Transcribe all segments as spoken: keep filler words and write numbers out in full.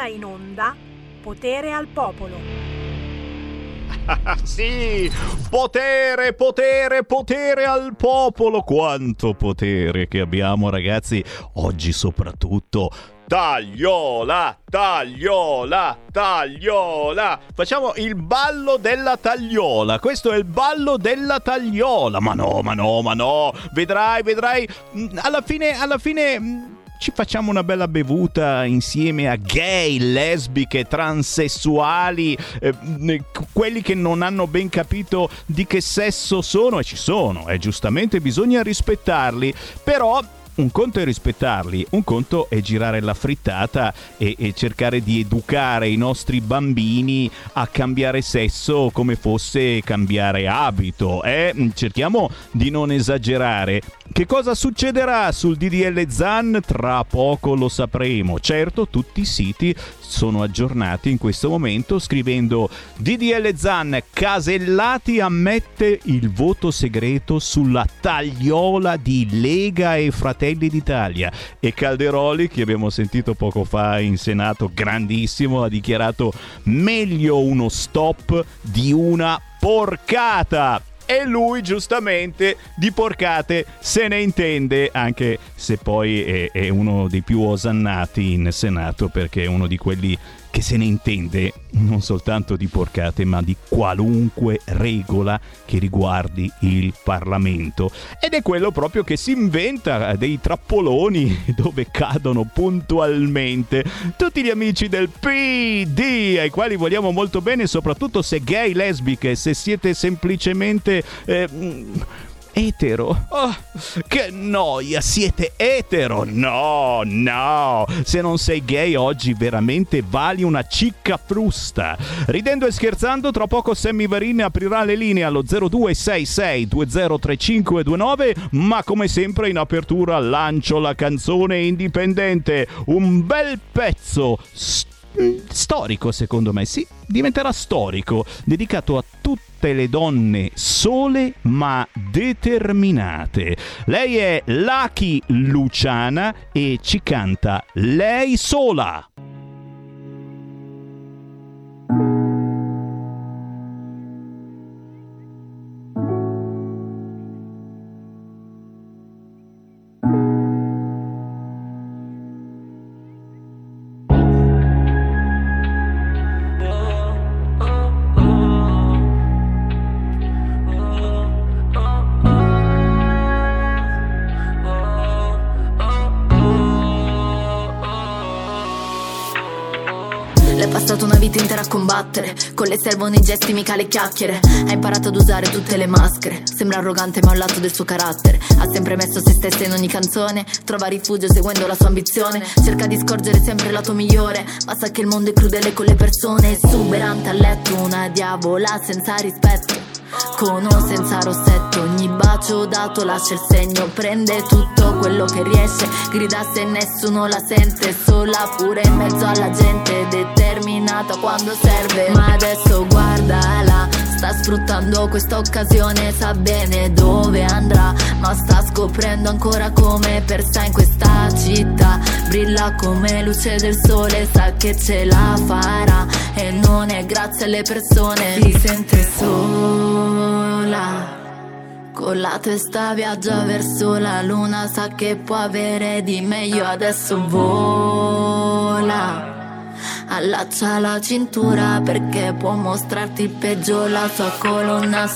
ora in onda Potere al Popolo. Sì, potere, potere, potere al popolo. Quanto potere che abbiamo, ragazzi, oggi soprattutto. Tagliola, tagliola, tagliola. Facciamo il ballo della tagliola. Questo è il ballo della tagliola. Ma no, ma no, ma no. Vedrai, vedrai. Alla fine, alla fine ci facciamo una bella bevuta insieme a gay, lesbiche, transessuali, eh, quelli che non hanno ben capito di che sesso sono, e ci sono, e eh, giustamente bisogna rispettarli, però un conto è rispettarli, un conto è girare la frittata e, e cercare di educare i nostri bambini a cambiare sesso come fosse cambiare abito. Eh? Cerchiamo di non esagerare. Che cosa succederà sul D D L Zan? Tra poco lo sapremo. Certo, tutti i siti sono aggiornati in questo momento scrivendo D D L Zan, Casellati ammette il voto segreto sulla tagliola di Lega e Fratelli d'Italia, e Calderoli, che abbiamo sentito poco fa in Senato, grandissimo, ha dichiarato meglio uno stop di una porcata. E lui giustamente di porcate se ne intende, anche se poi è, è uno dei più osannati in Senato, perché è uno di quelli che se ne intende non soltanto di porcate ma di qualunque regola che riguardi il Parlamento, ed è quello proprio che si inventa dei trappoloni dove cadono puntualmente tutti gli amici del P D, ai quali vogliamo molto bene, soprattutto se gay, lesbiche, se siete semplicemente eh, etero. Oh, che noia, siete etero? No, no, se non sei gay oggi veramente vali una cicca frusta. Ridendo e scherzando, tra poco Sammy Varin aprirà le linee allo zero due sei sei due zero tre cinque due nove, ma come sempre in apertura lancio la canzone indipendente, un bel pezzo st- storico, secondo me, sì, diventerà storico, dedicato a tutte le donne sole ma determinate. Lei è Lucky Luciana e ci canta Lei sola. Una vita intera a combattere, con le servono i gesti mica le chiacchiere. Ha imparato ad usare tutte le maschere, sembra arrogante ma è un lato del suo carattere. Ha sempre messo se stessa in ogni canzone, trova rifugio seguendo la sua ambizione. Cerca di scorgere sempre il lato migliore, ma sa che il mondo è crudele con le persone. Esuberante a letto, una diavola senza rispetto, con o senza rossetto. Ogni bacio dato lascia il segno, prende tutto quello che riesce, grida se nessuno la sente, sola pure in mezzo alla gente, determinata quando serve. Ma adesso guardala, sta sfruttando questa occasione, sa bene dove andrà, ma sta scoprendo ancora come per sé in questa città. Brilla come luce del sole, sa che ce la farà, e non è grazie alle persone. Si sente sola, con la testa viaggia verso la luna, sa che può avere di meglio, adesso vola. Allaccia la cintura perché può mostrarti il peggio, la sua colonna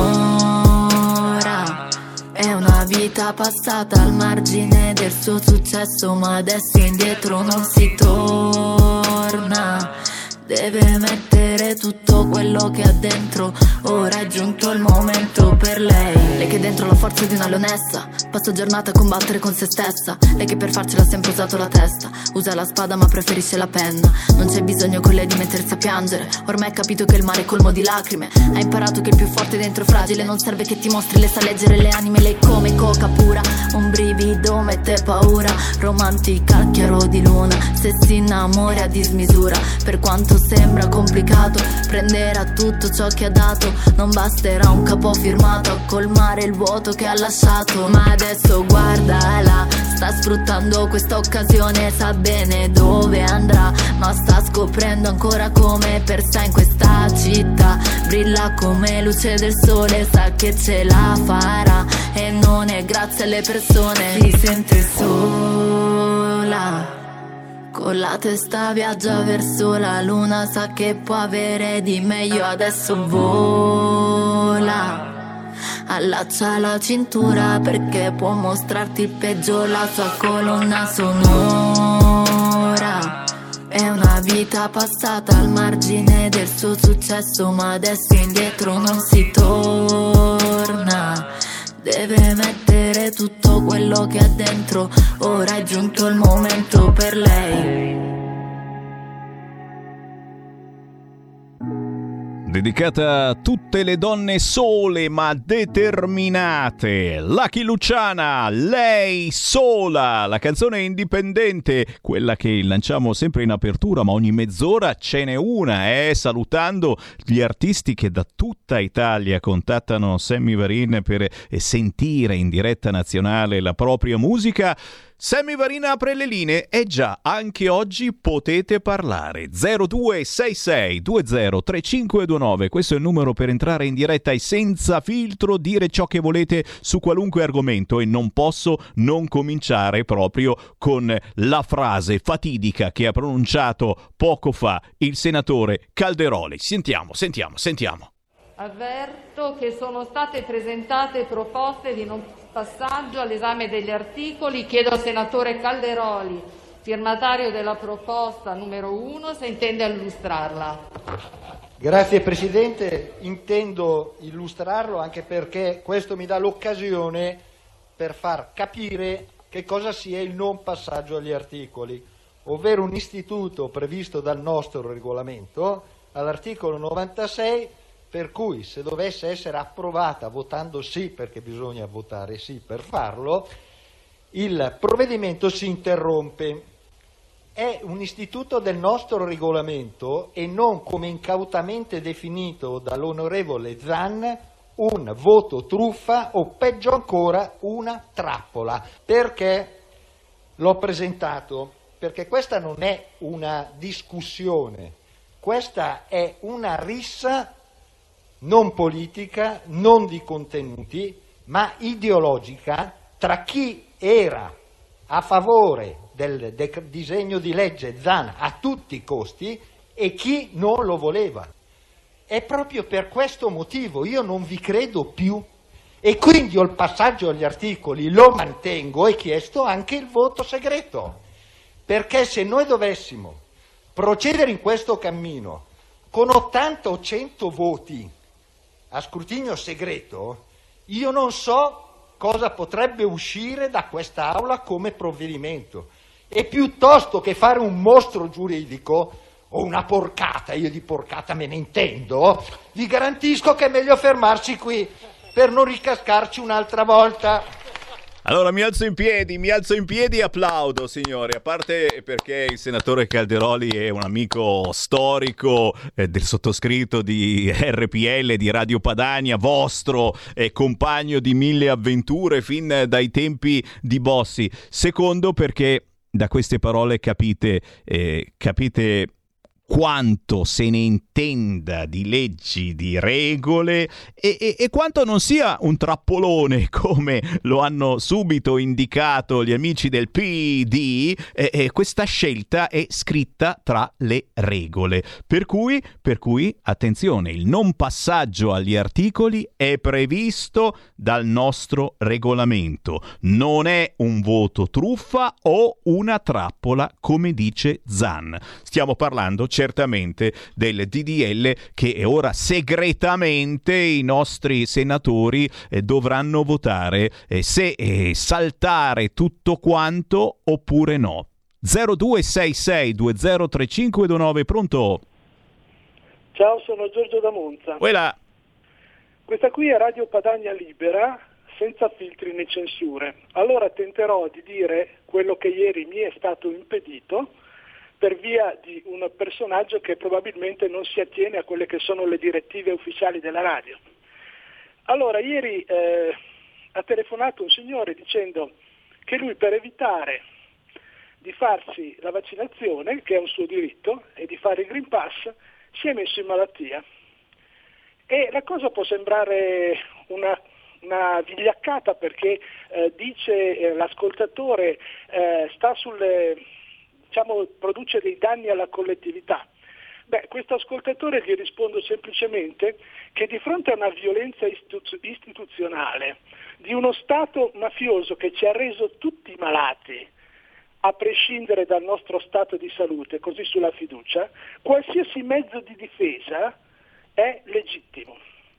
sonora. È una vita passata al margine del suo successo, ma adesso indietro non si torna. Deve mettere tutto quello che ha dentro, ora è giunto il momento per lei. Lei che dentro la forza di una leonessa, passa giornata a combattere con se stessa. Lei che per farcela ha sempre usato la testa, usa la spada ma preferisce la penna. Non c'è bisogno con lei di mettersi a piangere, ormai ha capito che il mare è colmo di lacrime. Ha imparato che il più forte dentro è fragile, non serve che ti mostri, le sa leggere le anime. Lei come coca pura, un brivido mette paura, romantica, chiaro di luna, se si innamora a dismisura. Per quanto sembra complicato, prenderà tutto ciò che ha dato, non basterà un capo firmato a colmare il vuoto che ha lasciato. Ma adesso guardala, sta sfruttando questa occasione, sa bene dove andrà, ma sta scoprendo ancora come per sé in questa città. Brilla come luce del sole, sa che ce la farà e non è grazie alle persone. Si sente sola, con la testa viaggia verso la luna, sa che può avere di meglio, adesso vola. Allaccia la cintura perché può mostrarti il peggio, la sua colonna sonora. È una vita passata al margine del suo successo, ma adesso indietro non si torna. Deve mettere tutto quello che ha dentro, ora è giunto il momento per lei. Dedicata a tutte le donne sole ma determinate. Lucky Luciana, Lei sola, la canzone indipendente, quella che lanciamo sempre in apertura, ma ogni mezz'ora ce n'è una, eh? Salutando gli artisti che da tutta Italia contattano Sammy Varin per sentire in diretta nazionale la propria musica. Sammy Varin apre le linee e già anche oggi potete parlare. zero due sei sei due zero tre cinque due nove, questo è il numero per entrare in diretta e senza filtro dire ciò che volete su qualunque argomento, e non posso non cominciare proprio con la frase fatidica che ha pronunciato poco fa il senatore Calderoli. Sentiamo, sentiamo, sentiamo. Avverto che sono state presentate proposte di non passaggio all'esame degli articoli. Chiedo al senatore Calderoli, firmatario della proposta numero uno, se intende illustrarla. Grazie Presidente, intendo illustrarlo anche perché questo mi dà l'occasione per far capire che cosa sia il non passaggio agli articoli, ovvero un istituto previsto dal nostro regolamento all'articolo novantasei, per cui se dovesse essere approvata votando sì, perché bisogna votare sì per farlo, il provvedimento si interrompe. È un istituto del nostro regolamento e non, come incautamente definito dall'onorevole Zan, un voto truffa o peggio ancora una trappola. Perché l'ho presentato? Perché questa non è una discussione, questa è una rissa non politica, non di contenuti, ma ideologica tra chi era a favore del dec- disegno di legge Zan a tutti i costi e chi non lo voleva. È proprio per questo motivo io non vi credo più e quindi ho il passaggio agli articoli, lo mantengo e chiesto anche il voto segreto, perché se noi dovessimo procedere in questo cammino con ottanta o cento voti a scrutinio segreto, io non so cosa potrebbe uscire da questa aula come provvedimento, e piuttosto che fare un mostro giuridico o una porcata, io di porcata me ne intendo, vi garantisco che è meglio fermarci qui per non ricascarci un'altra volta. Allora mi alzo in piedi, mi alzo in piedi e applaudo, signori, a parte perché il senatore Calderoli è un amico storico eh, del sottoscritto di R P L, di Radio Padania, vostro eh, compagno di mille avventure fin dai tempi di Bossi. Secondo, perché da queste parole capite, eh, capite quanto se ne intenda di leggi, di regole e, e, e quanto non sia un trappolone come lo hanno subito indicato gli amici del P D. E, e questa scelta è scritta tra le regole, per cui, per cui attenzione, il non passaggio agli articoli è previsto dal nostro regolamento, non è un voto truffa o una trappola come dice Zan. Stiamo parlando certamente del D D L che ora segretamente i nostri senatori eh, dovranno votare eh, se eh, saltare tutto quanto oppure no. zero due sei sei due zero tre cinque due nove, pronto? Ciao, sono Giorgio da Monza. Quella. Questa qui è Radio Padania Libera, senza filtri né censure. Allora tenterò di dire quello che ieri mi è stato impedito per via di un personaggio che probabilmente non si attiene a quelle che sono le direttive ufficiali della radio. Allora, ieri eh, ha telefonato un signore dicendo che lui, per evitare di farsi la vaccinazione, che è un suo diritto, e di fare il Green Pass, si è messo in malattia. E la cosa può sembrare una, una vigliaccata, perché eh, dice eh, l'ascoltatore eh, sta sulle, diciamo, produce dei danni alla collettività. Beh, questo ascoltatore gli rispondo semplicemente che di fronte a una violenza istitu- istituzionale di uno Stato mafioso che ci ha reso tutti malati, a prescindere dal nostro stato di salute, così sulla fiducia, qualsiasi mezzo di difesa è legittimo.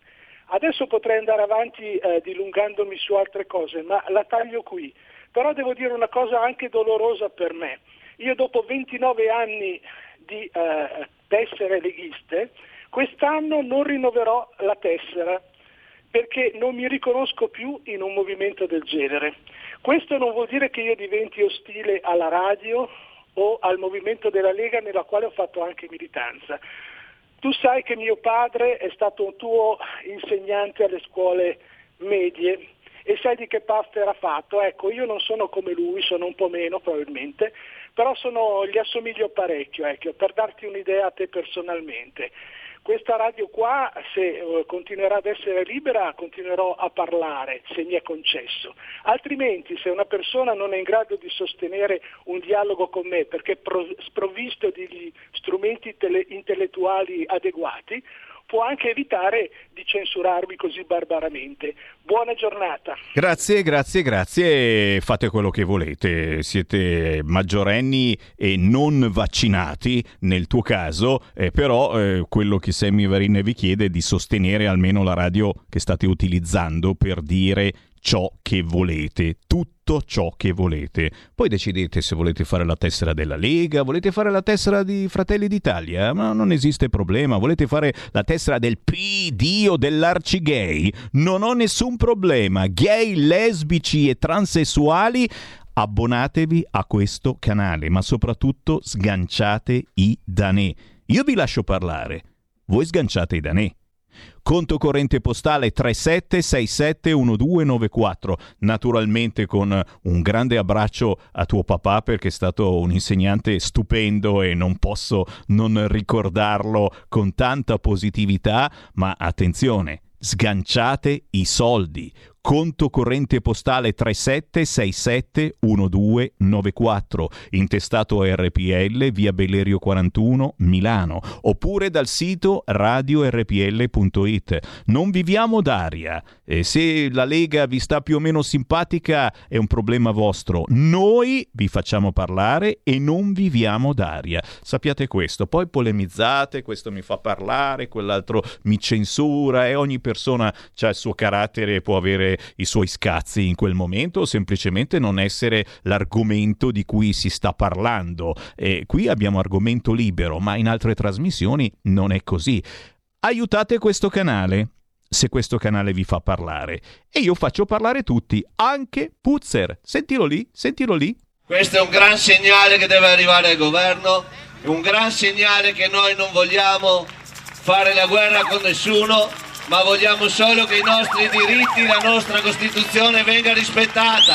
Adesso potrei andare avanti eh, dilungandomi su altre cose, ma la taglio qui. Però devo dire una cosa anche dolorosa per me. Io dopo ventinove anni di eh, tessere leghiste, quest'anno non rinnoverò la tessera, perché non mi riconosco più in un movimento del genere. Questo non vuol dire che io diventi ostile alla radio o al movimento della Lega, nella quale ho fatto anche militanza. Tu sai che mio padre è stato un tuo insegnante alle scuole medie e sai di che pasta era fatto. Ecco, io non sono come lui, sono un po' meno probabilmente, però sono, gli assomiglio parecchio, ecco, per darti un'idea a te personalmente. Questa radio qua, se uh, continuerà ad essere libera, continuerò a parlare, se mi è concesso. Altrimenti, se una persona non è in grado di sostenere un dialogo con me perché pro- sprovvisto di strumenti tele- intellettuali adeguati, può anche evitare di censurarmi così barbaramente. Buona giornata. Grazie, grazie, grazie. Fate quello che volete. Siete maggiorenni e non vaccinati, nel tuo caso, eh, però eh, quello che Sammy Varin vi chiede è di sostenere almeno la radio che state utilizzando per dire ciò che volete, tutto ciò che volete. Poi decidete se volete fare la tessera della Lega, volete fare la tessera di Fratelli d'Italia, ma non esiste problema. Volete fare la tessera del P D o dell'arcigay, non ho nessun problema. Gay, lesbici e transessuali, abbonatevi a questo canale, ma soprattutto sganciate i danè. Io vi lascio parlare, voi sganciate i danè. Conto corrente postale tre sette sei sette uno due nove quattro, naturalmente con un grande abbraccio a tuo papà, perché è stato un insegnante stupendo e non posso non ricordarlo con tanta positività. Ma attenzione, sganciate i soldi. Conto corrente postale tre sette sei sette uno due nove quattro, intestato a R P L, via Bellerio quarantuno, Milano, oppure dal sito radio erre pi elle punto it. Non viviamo d'aria. E se la Lega vi sta più o meno simpatica è un problema vostro. Noi vi facciamo parlare e non viviamo d'aria. Sappiate questo. Poi polemizzate, questo mi fa parlare, quell'altro mi censura, e ogni persona ha il suo carattere e può avere i suoi scazzi in quel momento, o semplicemente non essere l'argomento di cui si sta parlando. E qui abbiamo argomento libero, ma in altre trasmissioni non è così. Aiutate questo canale, se questo canale vi fa parlare, e io faccio parlare tutti, anche Puzzer. Sentilo lì, sentilo lì. Questo è un gran segnale che deve arrivare al governo, è un gran segnale che noi non vogliamo fare la guerra con nessuno, ma vogliamo solo che i nostri diritti, la nostra Costituzione venga rispettata.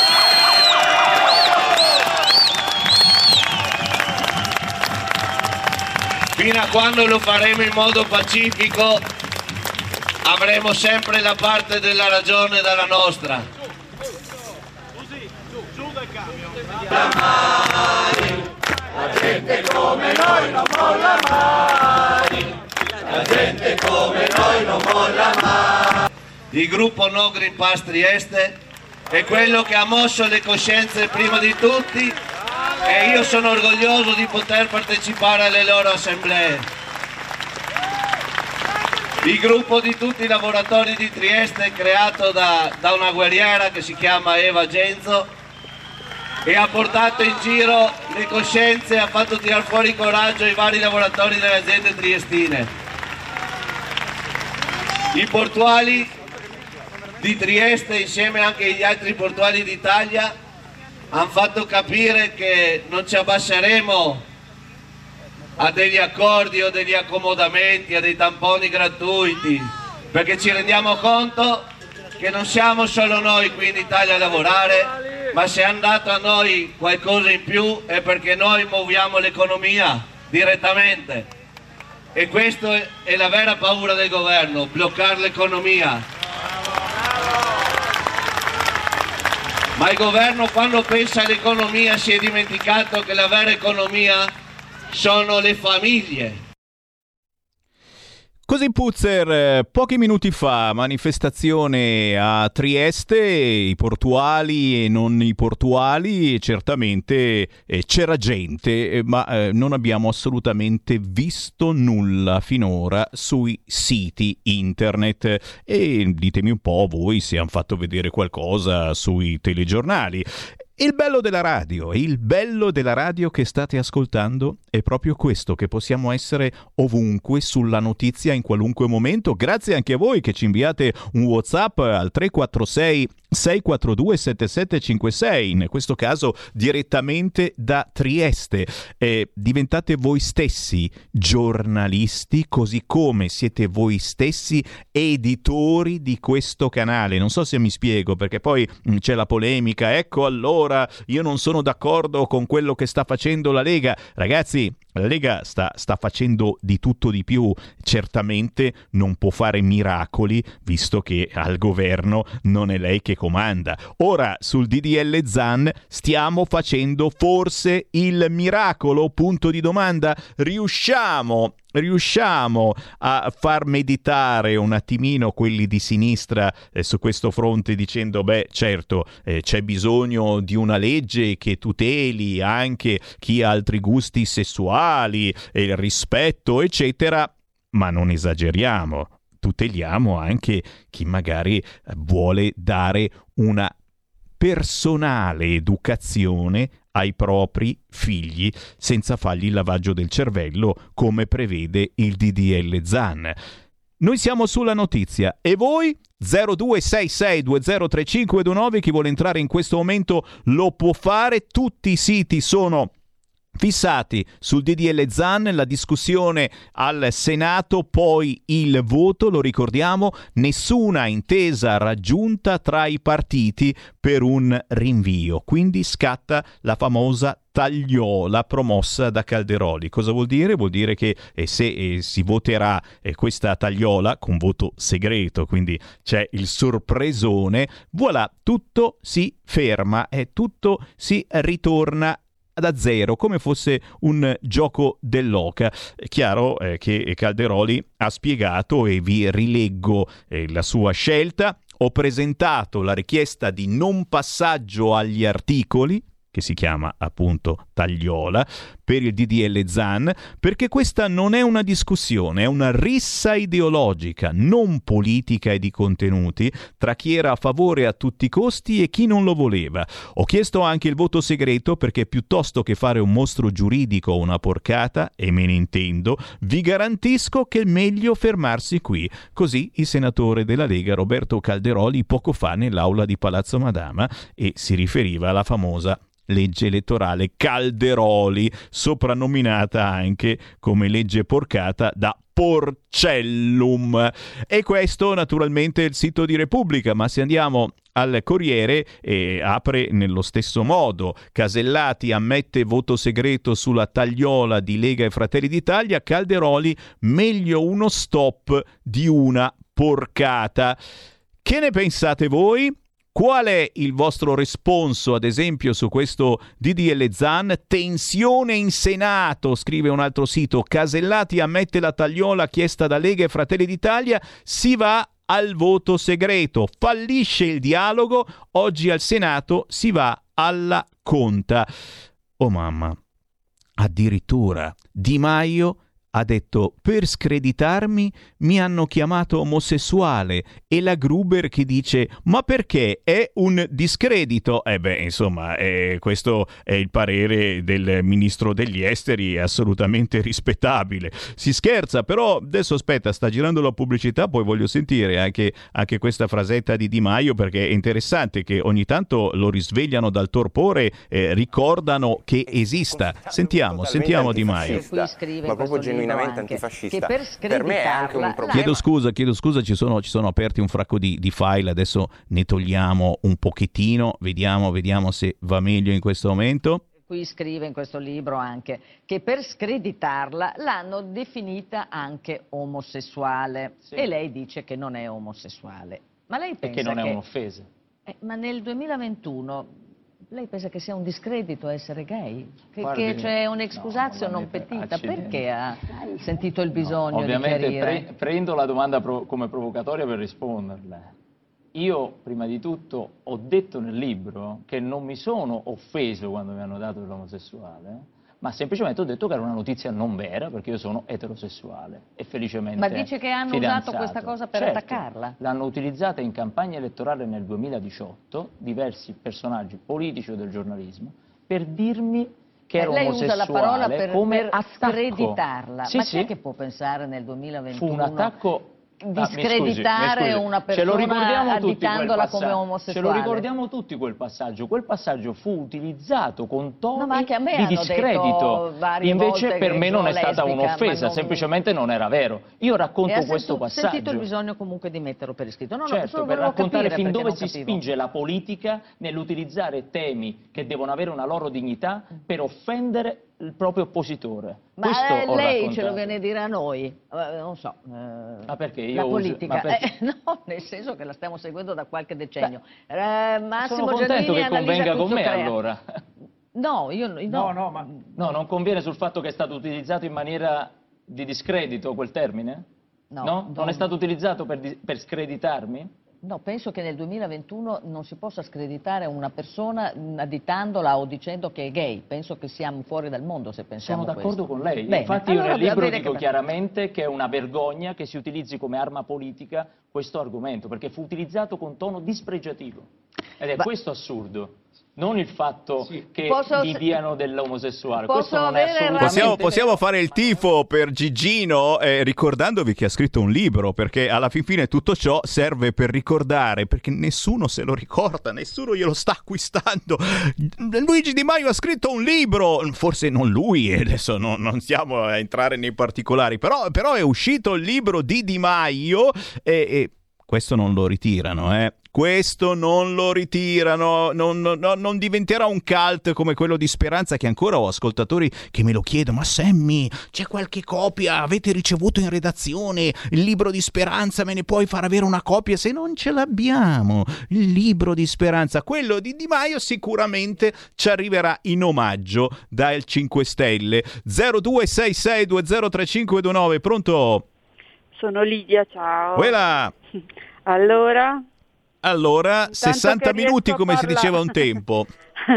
Fino a quando lo faremo in modo pacifico, avremo sempre la parte della ragione dalla nostra. La gente come noi non molla mai. La gente come noi non molla mai. Il gruppo No Green Pass Trieste è quello che ha mosso le coscienze prima di tutti, e io sono orgoglioso di poter partecipare alle loro assemblee. Il gruppo di tutti i lavoratori di Trieste è creato da, da una guerriera che si chiama Eva Genzo, e ha portato in giro le coscienze, ha fatto tirar fuori il coraggio ai vari lavoratori delle aziende triestine. I portuali di Trieste, insieme anche agli altri portuali d'Italia, hanno fatto capire che non ci abbasseremo a degli accordi o degli accomodamenti, a dei tamponi gratuiti, perché ci rendiamo conto che non siamo solo noi qui in Italia a lavorare, ma se hanno dato a noi qualcosa in più è perché noi muoviamo l'economia direttamente. E questa è la vera paura del governo, bloccare l'economia. Ma il governo, quando pensa all'economia, si è dimenticato che la vera economia sono le famiglie. Così Puzzer, pochi minuti fa, manifestazione a Trieste, i portuali e non i portuali, certamente eh, c'era gente, eh, ma eh, non abbiamo assolutamente visto nulla finora sui siti internet. E ditemi un po' voi se hanno fatto vedere qualcosa sui telegiornali. Il bello della radio, il bello della radio che state ascoltando è proprio questo, che possiamo essere ovunque sulla notizia in qualunque momento. Grazie anche a voi che ci inviate un WhatsApp al tre quattro sei sei quattro due sette sette cinque sei, in questo caso direttamente da Trieste. Eh, diventate voi stessi giornalisti, così come siete voi stessi editori di questo canale. Non so se mi spiego, perché poi mh, c'è la polemica, ecco allora io non sono d'accordo con quello che sta facendo la Lega. Ragazzi, la Lega sta, sta facendo di tutto di più, certamente non può fare miracoli visto che al governo non è lei che comanda. Ora sul D D L Zan stiamo facendo forse il miracolo? Punto di domanda. Riusciamo riusciamo a far meditare un attimino quelli di sinistra eh, su questo fronte, dicendo beh certo eh, c'è bisogno di una legge che tuteli anche chi ha altri gusti sessuali e il rispetto eccetera, ma non esageriamo, tuteliamo anche chi magari vuole dare una personale educazione ai propri figli senza fargli il lavaggio del cervello come prevede il D D L Zan. Noi siamo sulla notizia e voi? zero due sei sei due zero tre cinque due nove, chi vuole entrare in questo momento lo può fare, tutti i siti sono fissati sul D D L Zan, la discussione al Senato, poi il voto, lo ricordiamo, nessuna intesa raggiunta tra i partiti per un rinvio, quindi scatta la famosa tagliola promossa da Calderoli. Cosa vuol dire? Vuol dire che eh, se eh, si voterà eh, questa tagliola con voto segreto, quindi c'è il sorpresone, voilà, tutto si ferma e tutto si ritorna da zero, come fosse un gioco dell'oca. È chiaro eh, che Calderoli ha spiegato e vi rileggo eh, la sua scelta. Ho presentato la richiesta di non passaggio agli articoli, che si chiama appunto tagliola, per il D D L Zan, perché questa non è una discussione, è una rissa ideologica, non politica e di contenuti, tra chi era a favore a tutti i costi e chi non lo voleva. Ho chiesto anche il voto segreto perché piuttosto che fare un mostro giuridico o una porcata, e me ne intendo, vi garantisco che è meglio fermarsi qui. Così il senatore della Lega Roberto Calderoli poco fa nell'aula di Palazzo Madama, e si riferiva alla famosa legge elettorale Calderoli, soprannominata anche come legge porcata da Porcellum. E questo naturalmente è il sito di Repubblica, ma se andiamo al Corriere eh, apre nello stesso modo. Casellati ammette voto segreto sulla tagliola di Lega e Fratelli d'Italia, Calderoli meglio uno stop di una porcata. Che ne pensate voi? Qual è il vostro responso, ad esempio, su questo D D L Zan? Tensione in Senato, scrive un altro sito. Casellati ammette la tagliola chiesta da Lega e Fratelli d'Italia, si va al voto segreto. Fallisce il dialogo, oggi al Senato si va alla conta. Oh mamma, addirittura Di Maio ha detto: per screditarmi mi hanno chiamato omosessuale, e la Gruber che dice: ma perché è un discredito? Eh beh, insomma, eh, questo è il parere del ministro degli esteri, è assolutamente rispettabile. Si scherza, però adesso aspetta, sta girando la pubblicità, poi voglio sentire anche, anche questa frasetta di Di Maio, perché è interessante che ogni tanto lo risvegliano dal torpore, eh, ricordano che esista. Sentiamo, sentiamo Di Maio. Ma proprio genuinamente genuinamente anche antifascista, che per, per me è anche un problema. Chiedo scusa, chiedo scusa, ci sono, ci sono aperti un fracco di, di file, adesso ne togliamo un pochettino, vediamo, vediamo se va meglio in questo momento. Qui scrive in questo libro anche che per screditarla l'hanno definita anche omosessuale, sì. E lei dice che non è omosessuale. Ma lei pensa che non è che... un'offesa. Eh, ma nel duemilaventuno lei pensa che sia un discredito essere gay? Che, Guardi, che c'è un'excusatio no, non petita? accidenti. Perché ha sentito il bisogno no, ovviamente di chiarire? Pre prendo la domanda pro come provocatoria per risponderle. Io, prima di tutto, ho detto nel libro che non mi sono offeso quando mi hanno dato dell'omosessuale, ma semplicemente ho detto che era una notizia non vera, perché io sono eterosessuale e felicemente Ma dice che hanno fidanzato. usato questa cosa per certo, attaccarla? L'hanno utilizzata in campagna elettorale nel duemiladiciotto, diversi personaggi politici o del giornalismo, per dirmi che ero lei omosessuale. Lei usa la parola per, come per attacco. screditarla. Sì, ma sì. chi è che può pensare nel duemilaventuno? Fu un attacco... di ah, screditare mi scusi, mi scusi. una persona Ce lo ricordiamo tutti additandola come omosessuale. Ce lo ricordiamo tutti quel passaggio. Quel passaggio fu utilizzato con toni no, ma anche a me di hanno discredito. Varie Invece volte per me non è stata un'offesa, non... semplicemente non era vero. Io racconto e questo sentito, passaggio. Ho sentito il bisogno comunque di metterlo per iscritto. No, certo, no, per raccontare fin dove si capivo. spinge la politica nell'utilizzare temi che devono avere una loro dignità per offendere il proprio oppositore. Ma Questo eh, ho lei raccontato. ce lo viene a dire a noi? Eh, non so. Eh, ma perché io la uso, politica? ma perché... Eh, no, nel senso che la stiamo seguendo da qualche decennio. Eh, Massimo sono contento Giannini, che convenga Annalisa con me Cuzzocrea. allora. No, io no. No, no, ma no, non conviene sul fatto che è stato utilizzato in maniera di discredito quel termine? No, no? non... non è stato utilizzato per, per screditarmi? No, penso che nel duemilaventuno non si possa screditare una persona additandola o dicendo che è gay. Penso che siamo fuori dal mondo se pensiamo Sono d'accordo con lei. Bene. Infatti allora, io nel libro dico che... chiaramente che è una vergogna che si utilizzi come arma politica questo argomento, perché fu utilizzato con tono dispregiativo. Ed è Ma... questo assurdo. Non il fatto sì. che posso... gli diano dell'omosessuale. Questo non è assolutamente... Possiamo, possiamo fare il tifo per Gigino eh, ricordandovi che ha scritto un libro, perché alla fin fine tutto ciò serve per ricordare, perché nessuno se lo ricorda, nessuno glielo sta acquistando. Luigi Di Maio ha scritto un libro, forse non lui, adesso non, non stiamo a entrare nei particolari, però, però è uscito il libro di Di Maio e... e... questo non lo ritirano, eh. Questo non lo ritirano, non, non, non diventerà un cult come quello di Speranza, che ancora ho ascoltatori che me lo chiedono. Ma Sammy, c'è qualche copia? Avete ricevuto in redazione il libro di Speranza? Me ne puoi far avere una copia? Se non ce l'abbiamo, il libro di Speranza, quello di Di Maio sicuramente ci arriverà in omaggio dal cinque Stelle. zero due sei sei due zero tre cinque due nove, pronto? Sono Lidia, ciao. Quella. Allora? Allora, Intanto sessanta minuti come si parla... diceva un tempo.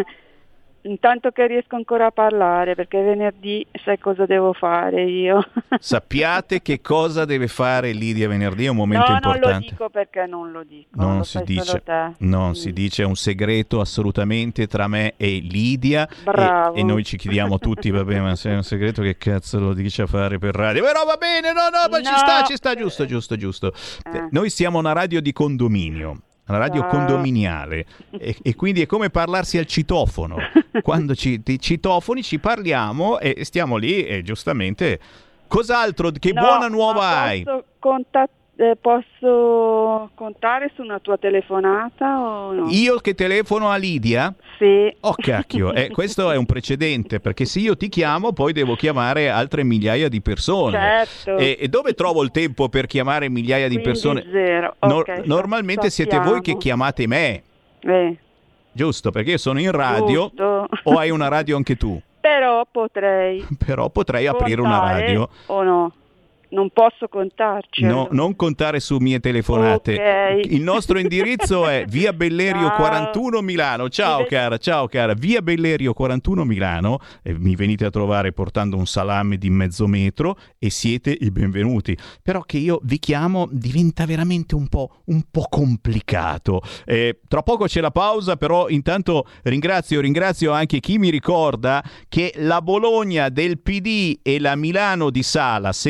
Intanto che riesco ancora a parlare, perché venerdì sai cosa devo fare io. Sappiate che cosa deve fare Lidia venerdì, è un momento no, importante. Non lo dico perché non lo dico. Non lo si dice, te. non mm. si dice, è un segreto assolutamente tra me e Lidia. Bravo. E, e noi ci chiediamo tutti, vabbè, ma se è un segreto che cazzo lo dice a fare per radio? Però va bene, no, no, ma no. ci sta, ci sta, giusto, giusto, giusto. Eh. Noi siamo una radio di condominio. Una radio Ciao. condominiale e, e quindi è come parlarsi al citofono. Quando ci, ti citofoni ci parliamo e stiamo lì e giustamente cos'altro, che no, buona nuova ma hai? Posso, contat- eh, posso contare su una tua telefonata o no? Io che telefono a Lidia? Sì. Oh cacchio, eh, questo è un precedente, perché se io ti chiamo poi devo chiamare altre migliaia di persone. Certo. E, e dove trovo il tempo per chiamare migliaia di Quindi persone? Zero. No, okay, normalmente sappiamo. siete voi che chiamate me. Eh. Giusto, perché io sono in radio. Giusto. O hai una radio anche tu? Però potrei. Però potrei aprire una radio. O no? Non posso contarci. No, allora. Non contare su mie telefonate. Okay. Il nostro indirizzo è via Bellerio ciao. quarantuno Milano. Ciao cara, ciao cara. Via Bellerio quarantuno Milano. Eh, mi venite a trovare portando un salame di mezzo metro e siete i benvenuti. Però che io vi chiamo diventa veramente un po', un po' complicato. Eh, tra poco c'è la pausa, però intanto ringrazio, ringrazio anche chi mi ricorda che la Bologna del P D e la Milano di Sala, sempre P D,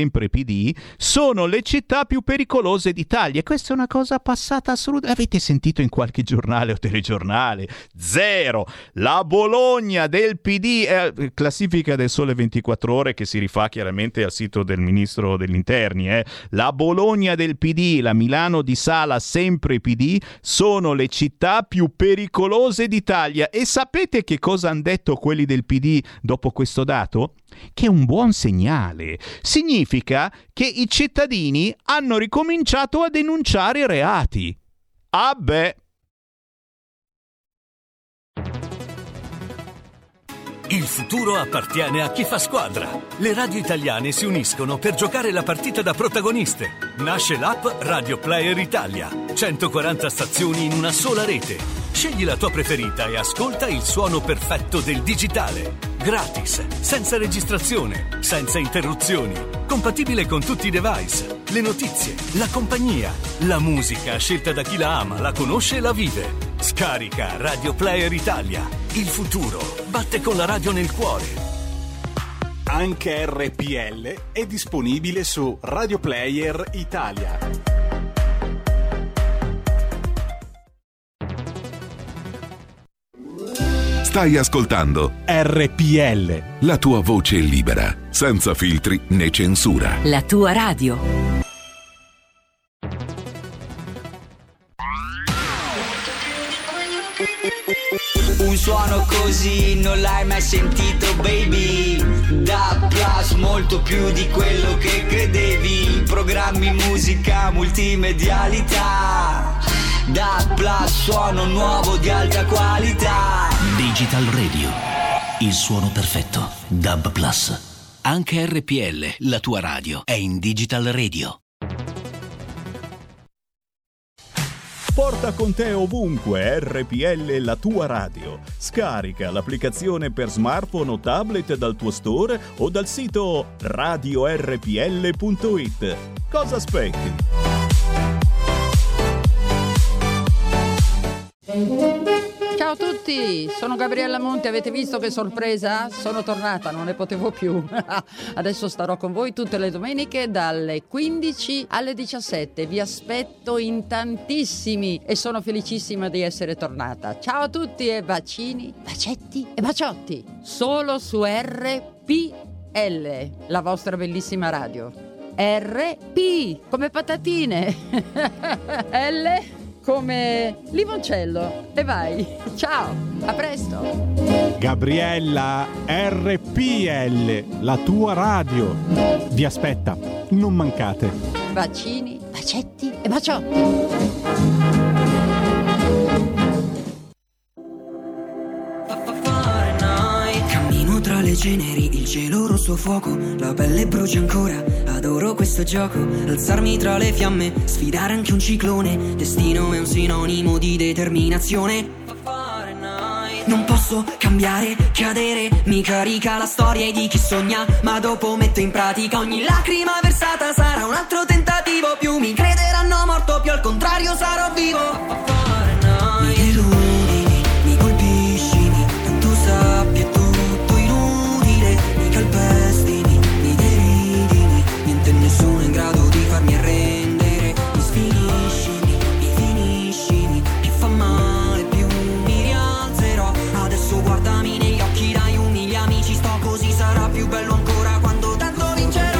D sono le città più pericolose d'Italia. Questa è una cosa passata assolutamente. Avete sentito in qualche giornale o telegiornale? Zero. La Bologna del P D, eh, classifica del Sole ventiquattro Ore che si rifà chiaramente al sito del ministro degli interni. Eh. La Bologna del P D, la Milano di Sala, sempre P D, sono le città più pericolose d'Italia. E sapete che cosa hanno detto quelli del P D dopo questo dato? Che è un buon segnale. Significa che i cittadini hanno ricominciato a denunciare reati. Ah beh. Il futuro appartiene a chi fa squadra. Le radio italiane si uniscono per giocare la partita da protagoniste. Nasce l'app Radio Player Italia. centoquaranta stazioni in una sola rete. Scegli la tua preferita e ascolta il suono perfetto del digitale. Gratis, senza registrazione, senza interruzioni. Compatibile con tutti i device. Le notizie, la compagnia, la musica scelta da chi la ama, la conosce e la vive. Scarica Radio Player Italia. Il futuro batte con la radio nel cuore. Anche R P L è disponibile su Radio Player Italia. Stai ascoltando R P L, la tua voce libera, senza filtri né censura. La tua radio. Un suono così non l'hai mai sentito, baby. Da Plus, molto più di quello che credevi. Programmi, musica, multimedialità. Da Plus, suono nuovo di alta qualità. Digital Radio, il suono perfetto. Dub Plus. Anche R P L, la tua radio, è in Digital Radio. Porta con te ovunque R P L, la tua radio. Scarica l'applicazione per smartphone o tablet dal tuo store o dal sito radio r p l punto i t. Cosa aspetti? Ciao a tutti, sono Gabriella Monti, avete visto che sorpresa? Sono tornata, non ne potevo più. Adesso starò con voi tutte le domeniche dalle quindici alle diciassette. Vi aspetto in tantissimi e sono felicissima di essere tornata. Ciao a tutti e bacini, bacetti e baciotti. Solo su R P L, la vostra bellissima radio. R P come patatine. L come limoncello. E vai, ciao, a presto. Gabriella, R P L, la tua radio. Vi aspetta, non mancate. Bacini, bacetti e baciotti. Cammino tra le ceneri, il cielo rosso fuoco, la pelle brucia ancora, adoro questo gioco, alzarmi tra le fiamme, sfidare anche un ciclone, destino è un sinonimo di determinazione. Non posso cambiare, cadere, mi carica la storia di chi sogna, ma dopo metto in pratica ogni lacrima versata, sarà un altro tentativo, più mi crederanno morto, più al contrario sarò vivo. Mi deludi, mi colpisci, tanto sappia è tutto inutile, mi calpesti, mi, mi deridi, niente e nessuno è in grado di farmi arrendere, mi sfinisci, mi, mi finisci, mi, più fa male, più mi rialzerò, adesso guardami negli occhi, dai umiliami, ci sto così, sarà più bello ancora quando tanto vincerò.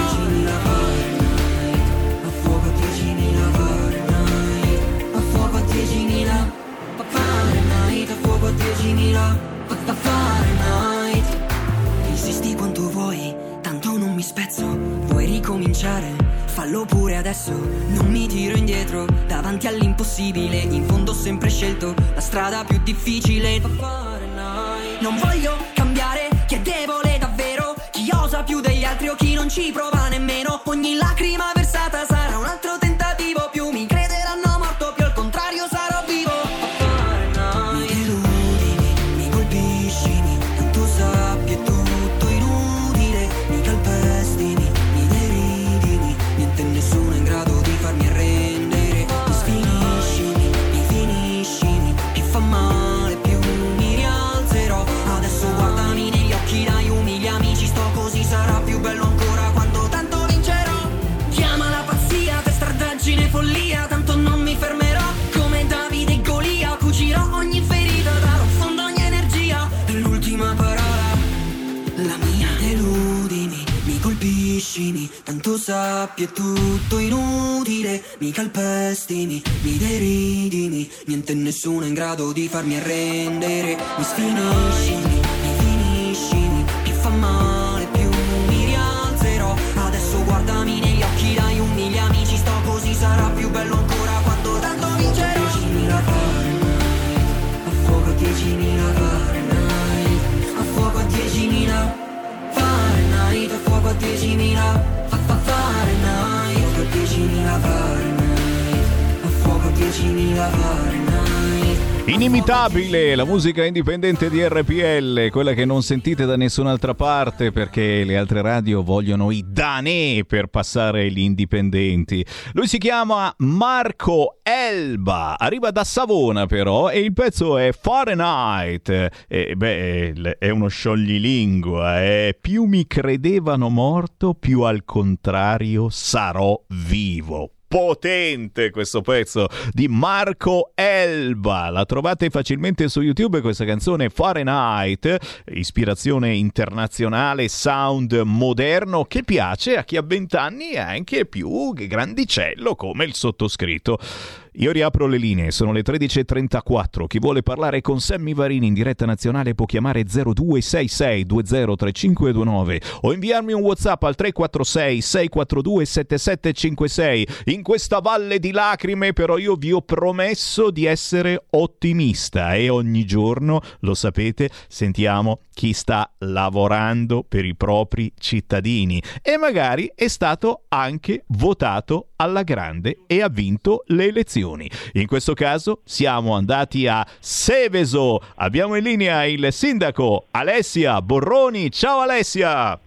A fuoco a diecimila Fahrenheit, a fuoco a diecimila Fahrenheit, a fuoco a diecimila Fahrenheit. Insisti quanto vuoi, tanto non mi spezzo, vuoi ricominciare? Fallo pure adesso, non mi tiro indietro, davanti all'impossibile, in fondo ho sempre scelto la strada più difficile. Non voglio cambiare, chi è debole davvero, chi osa più degli altri o chi non ci prova nemmeno, ogni lacrima versata sarà un altro tentativo, più mi crederanno morto, più al contrario sarò vivo. Mi deludi, mi colpisci, tanto sappia è tutto inutile, mi calpesti, mi, mi deridi, niente e nessuno è in grado di farmi arrendere, mi sfinisci, mi, mi finisci, mi, più fa male, più mi rialzerò, adesso guardami negli occhi, dai umiliami, ci sto così, sarà più bello ancora quando colpiscimi, tanto sappi è tutto inutile, mi calpestimi, mi deridimi, niente e nessuno è in grado di farmi arrendere, mi sfiniscimi, mi finiscimi, più fa male più mi rialzerò, adesso guardami negli occhi, dai umiliami, ci sto così, sarà più bello ancora quando tanto vincerò. diecimila Fahrenheit, a fuoco a diecimila Fahrenheit, a fuoco a diecimila Fahrenheit, a fuoco a diecimila Fahrenheit, a fuoco a diecimila Fahrenheit, a fuoco a diecimila Fahrenheit. Inimitabile la musica indipendente di R P L, quella che non sentite da nessun'altra parte perché le altre radio vogliono i danè per passare gli indipendenti. Lui si chiama Marco Elba, arriva da Savona però e il pezzo è Fahrenheit. E beh, è uno scioglilingua, eh. Più mi credevano morto, più al contrario sarò vivo. Potente questo pezzo di Marco Elba, la trovate facilmente su YouTube questa canzone Fahrenheit, ispirazione internazionale, sound moderno che piace a chi ha vent'anni e anche più grandicello come il sottoscritto. Io riapro le linee, sono le tredici e trentaquattro. Chi vuole parlare con Sammy Varini in diretta nazionale può chiamare zero due sei sei due zero tre cinque due nove o inviarmi un WhatsApp al tre quattro sei sei quattro due sette sette cinque sei. In questa valle di lacrime però io vi ho promesso di essere ottimista e ogni giorno, lo sapete, sentiamo chi sta lavorando per i propri cittadini e magari è stato anche votato alla grande e ha vinto le elezioni. In questo caso siamo andati a Seveso. Abbiamo in linea il sindaco Alessia Borroni. Ciao Alessia!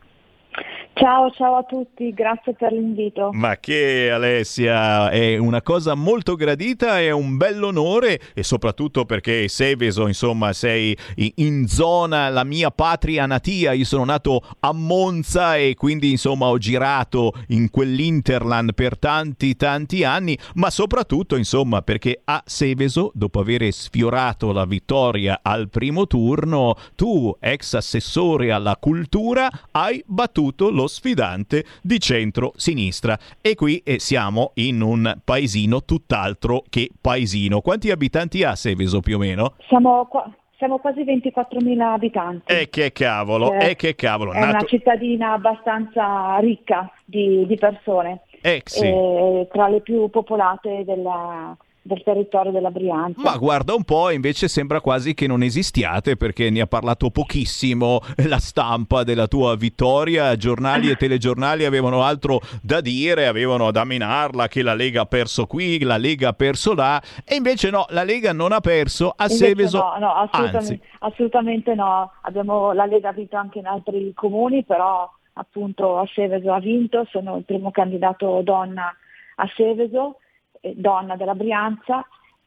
Ciao, ciao a tutti, grazie per l'invito. Ma che Alessia, è una cosa molto gradita, è un bell'onore e soprattutto perché Seveso, insomma, sei in zona, la mia patria natia, io sono nato a Monza e quindi insomma ho girato in quell'Interland per tanti tanti anni, ma soprattutto insomma perché a Seveso, dopo aver sfiorato la vittoria al primo turno, tu, ex assessore alla cultura, hai battuto lo sfidante di centro-sinistra e qui eh, siamo in un paesino tutt'altro che paesino. Quanti abitanti ha Seveso più o meno? Siamo, qua, siamo quasi ventiquattromila abitanti. E che cavolo, eh, e che cavolo. È Nato... una cittadina abbastanza ricca di, di persone, eh, sì. eh, tra le più popolate della... del territorio della Brianza. Ma guarda un po', invece sembra quasi che non esistiate perché ne ha parlato pochissimo la stampa della tua vittoria, giornali e telegiornali avevano altro da dire, avevano da menarla che la Lega ha perso qui, la Lega ha perso là e invece no, la Lega non ha perso a Invece Seveso. No, no, assolutamente, anzi. assolutamente no, abbiamo, la Lega ha vinto anche in altri comuni, però appunto a Seveso ha vinto, sono il primo candidato donna a Seveso, donna della Brianza,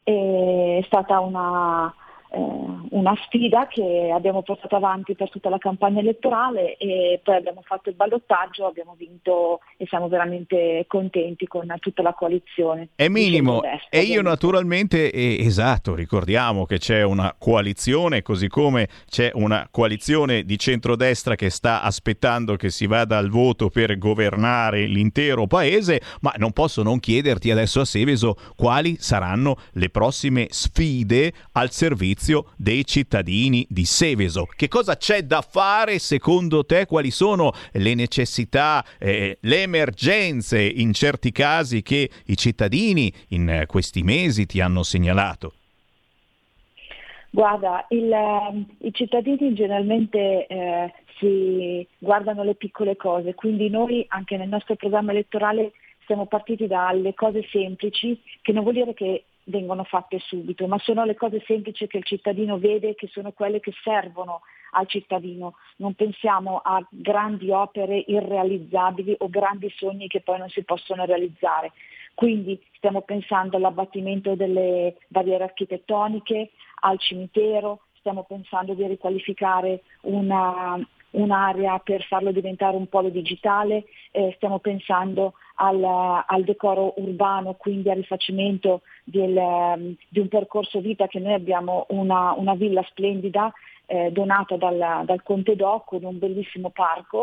è stata una, eh, una sfida che abbiamo portato avanti per tutta la campagna elettorale e poi abbiamo fatto il ballottaggio, abbiamo vinto e siamo veramente contenti con tutta la coalizione. È minimo destra, e io naturalmente, eh, esatto, ricordiamo che c'è una coalizione così come c'è una coalizione di centrodestra che sta aspettando che si vada al voto per governare l'intero paese, ma non posso non chiederti adesso a Seveso quali saranno le prossime sfide al servizio dei cittadini di Seveso. Che cosa c'è da fare secondo te? Quali sono le necessità, eh, le emergenze in certi casi che i cittadini in questi mesi ti hanno segnalato? Guarda, il, eh, i cittadini generalmente eh, si guardano le piccole cose, quindi noi anche nel nostro programma elettorale siamo partiti dalle cose semplici, che non vuol dire che vengono fatte subito, ma sono le cose semplici che il cittadino vede, che sono quelle che servono al cittadino. Non pensiamo a grandi opere irrealizzabili o grandi sogni che poi non si possono realizzare. Quindi stiamo pensando all'abbattimento delle barriere architettoniche, al cimitero, stiamo pensando di riqualificare una, un'area per farlo diventare un polo digitale, eh, stiamo pensando al, al decoro urbano, quindi al rifacimento del, um, di un percorso vita che noi abbiamo una, una villa splendida eh, donata dal, dal Conte Doc con un bellissimo parco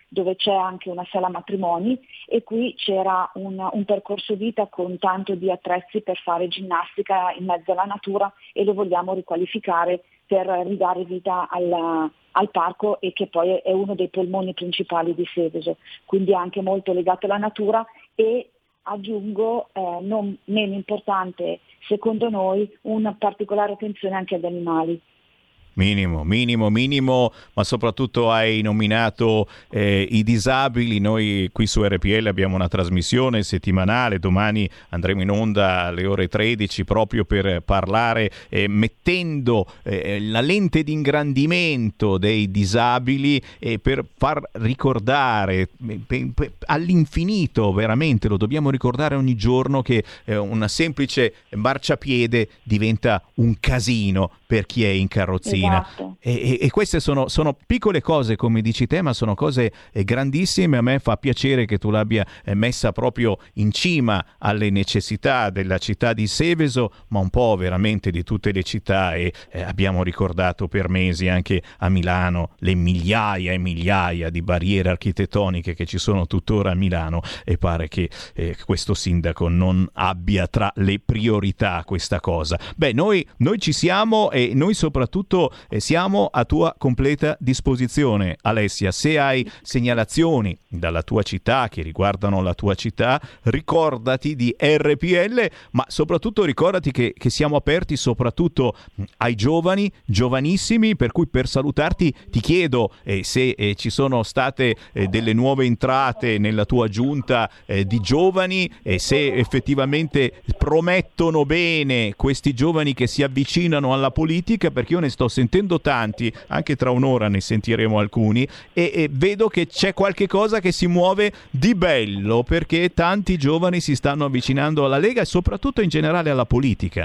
dove c'è anche una sala matrimoni, e qui c'era un, un percorso vita con tanto di attrezzi per fare ginnastica in mezzo alla natura, e lo vogliamo riqualificare per ridare vita al, al parco, e che poi è uno dei polmoni principali di Seveso, quindi anche molto legato alla natura. E aggiungo, eh, non meno importante secondo noi, una particolare attenzione anche agli animali. Minimo, minimo, minimo, ma soprattutto hai nominato eh, i disabili. Noi qui su R P L abbiamo una trasmissione settimanale, domani andremo in onda alle ore tredici proprio per parlare, eh, mettendo eh, la lente di ingrandimento dei disabili, e eh, per far ricordare pe, pe, all'infinito, veramente lo dobbiamo ricordare ogni giorno, che eh, una semplice marciapiede diventa un casino per chi è in carrozzina. Esatto. E, e, e queste sono, sono piccole cose, come dici te, ma sono cose eh, grandissime. A me fa piacere che tu l'abbia eh, messa proprio in cima alle necessità della città di Seveso, ma un po' veramente di tutte le città. E eh, abbiamo ricordato per mesi anche a Milano le migliaia e migliaia di barriere architettoniche che ci sono tuttora a Milano, e pare che eh, questo sindaco non abbia tra le priorità questa cosa. Beh, noi, noi ci siamo, e noi soprattutto eh, siamo a tua completa disposizione, Alessia. Se hai segnalazioni dalla tua città che riguardano la tua città, ricordati di R P L, ma soprattutto ricordati che, che siamo aperti soprattutto ai giovani, giovanissimi, per cui per salutarti ti chiedo eh, se eh, ci sono state eh, delle nuove entrate nella tua giunta eh, di giovani, e se effettivamente promettono bene questi giovani che si avvicinano alla politica, perché io ne sto sentendo tanti, anche tra un'ora ne sentiremo alcuni, e, e vedo che c'è qualche cosa che si muove di bello, perché tanti giovani si stanno avvicinando alla Lega e soprattutto in generale alla politica.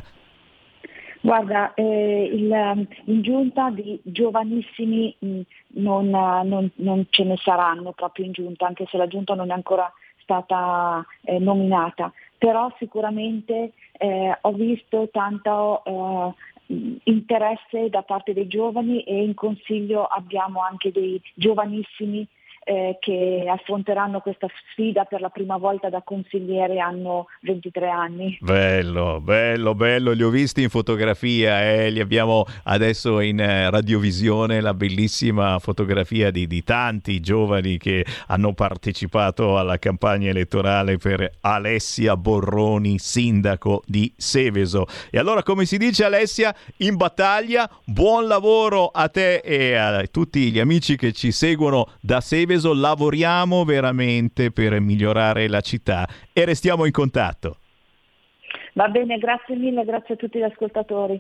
Guarda, eh, il, in giunta di giovanissimi mh, non, non, non ce ne saranno proprio in giunta, anche se la giunta non è ancora stata eh, nominata, però sicuramente eh, ho visto tanto eh, interesse da parte dei giovani, e in consiglio abbiamo anche dei giovanissimi eh, che affronteranno questa sfida per la prima volta da consigliere, hanno ventitré anni. Bello, bello, bello, li ho visti in fotografia, eh, li abbiamo adesso in eh, radiovisione, la bellissima fotografia di, di tanti giovani che hanno partecipato alla campagna elettorale per Alessia Borroni, sindaco di Seveso. E allora, come si dice, Alessia, in battaglia, buon lavoro a te e a tutti gli amici che ci seguono da Seveso. Lavoriamo veramente per migliorare la città e restiamo in contatto. Va bene, grazie mille, grazie a tutti gli ascoltatori.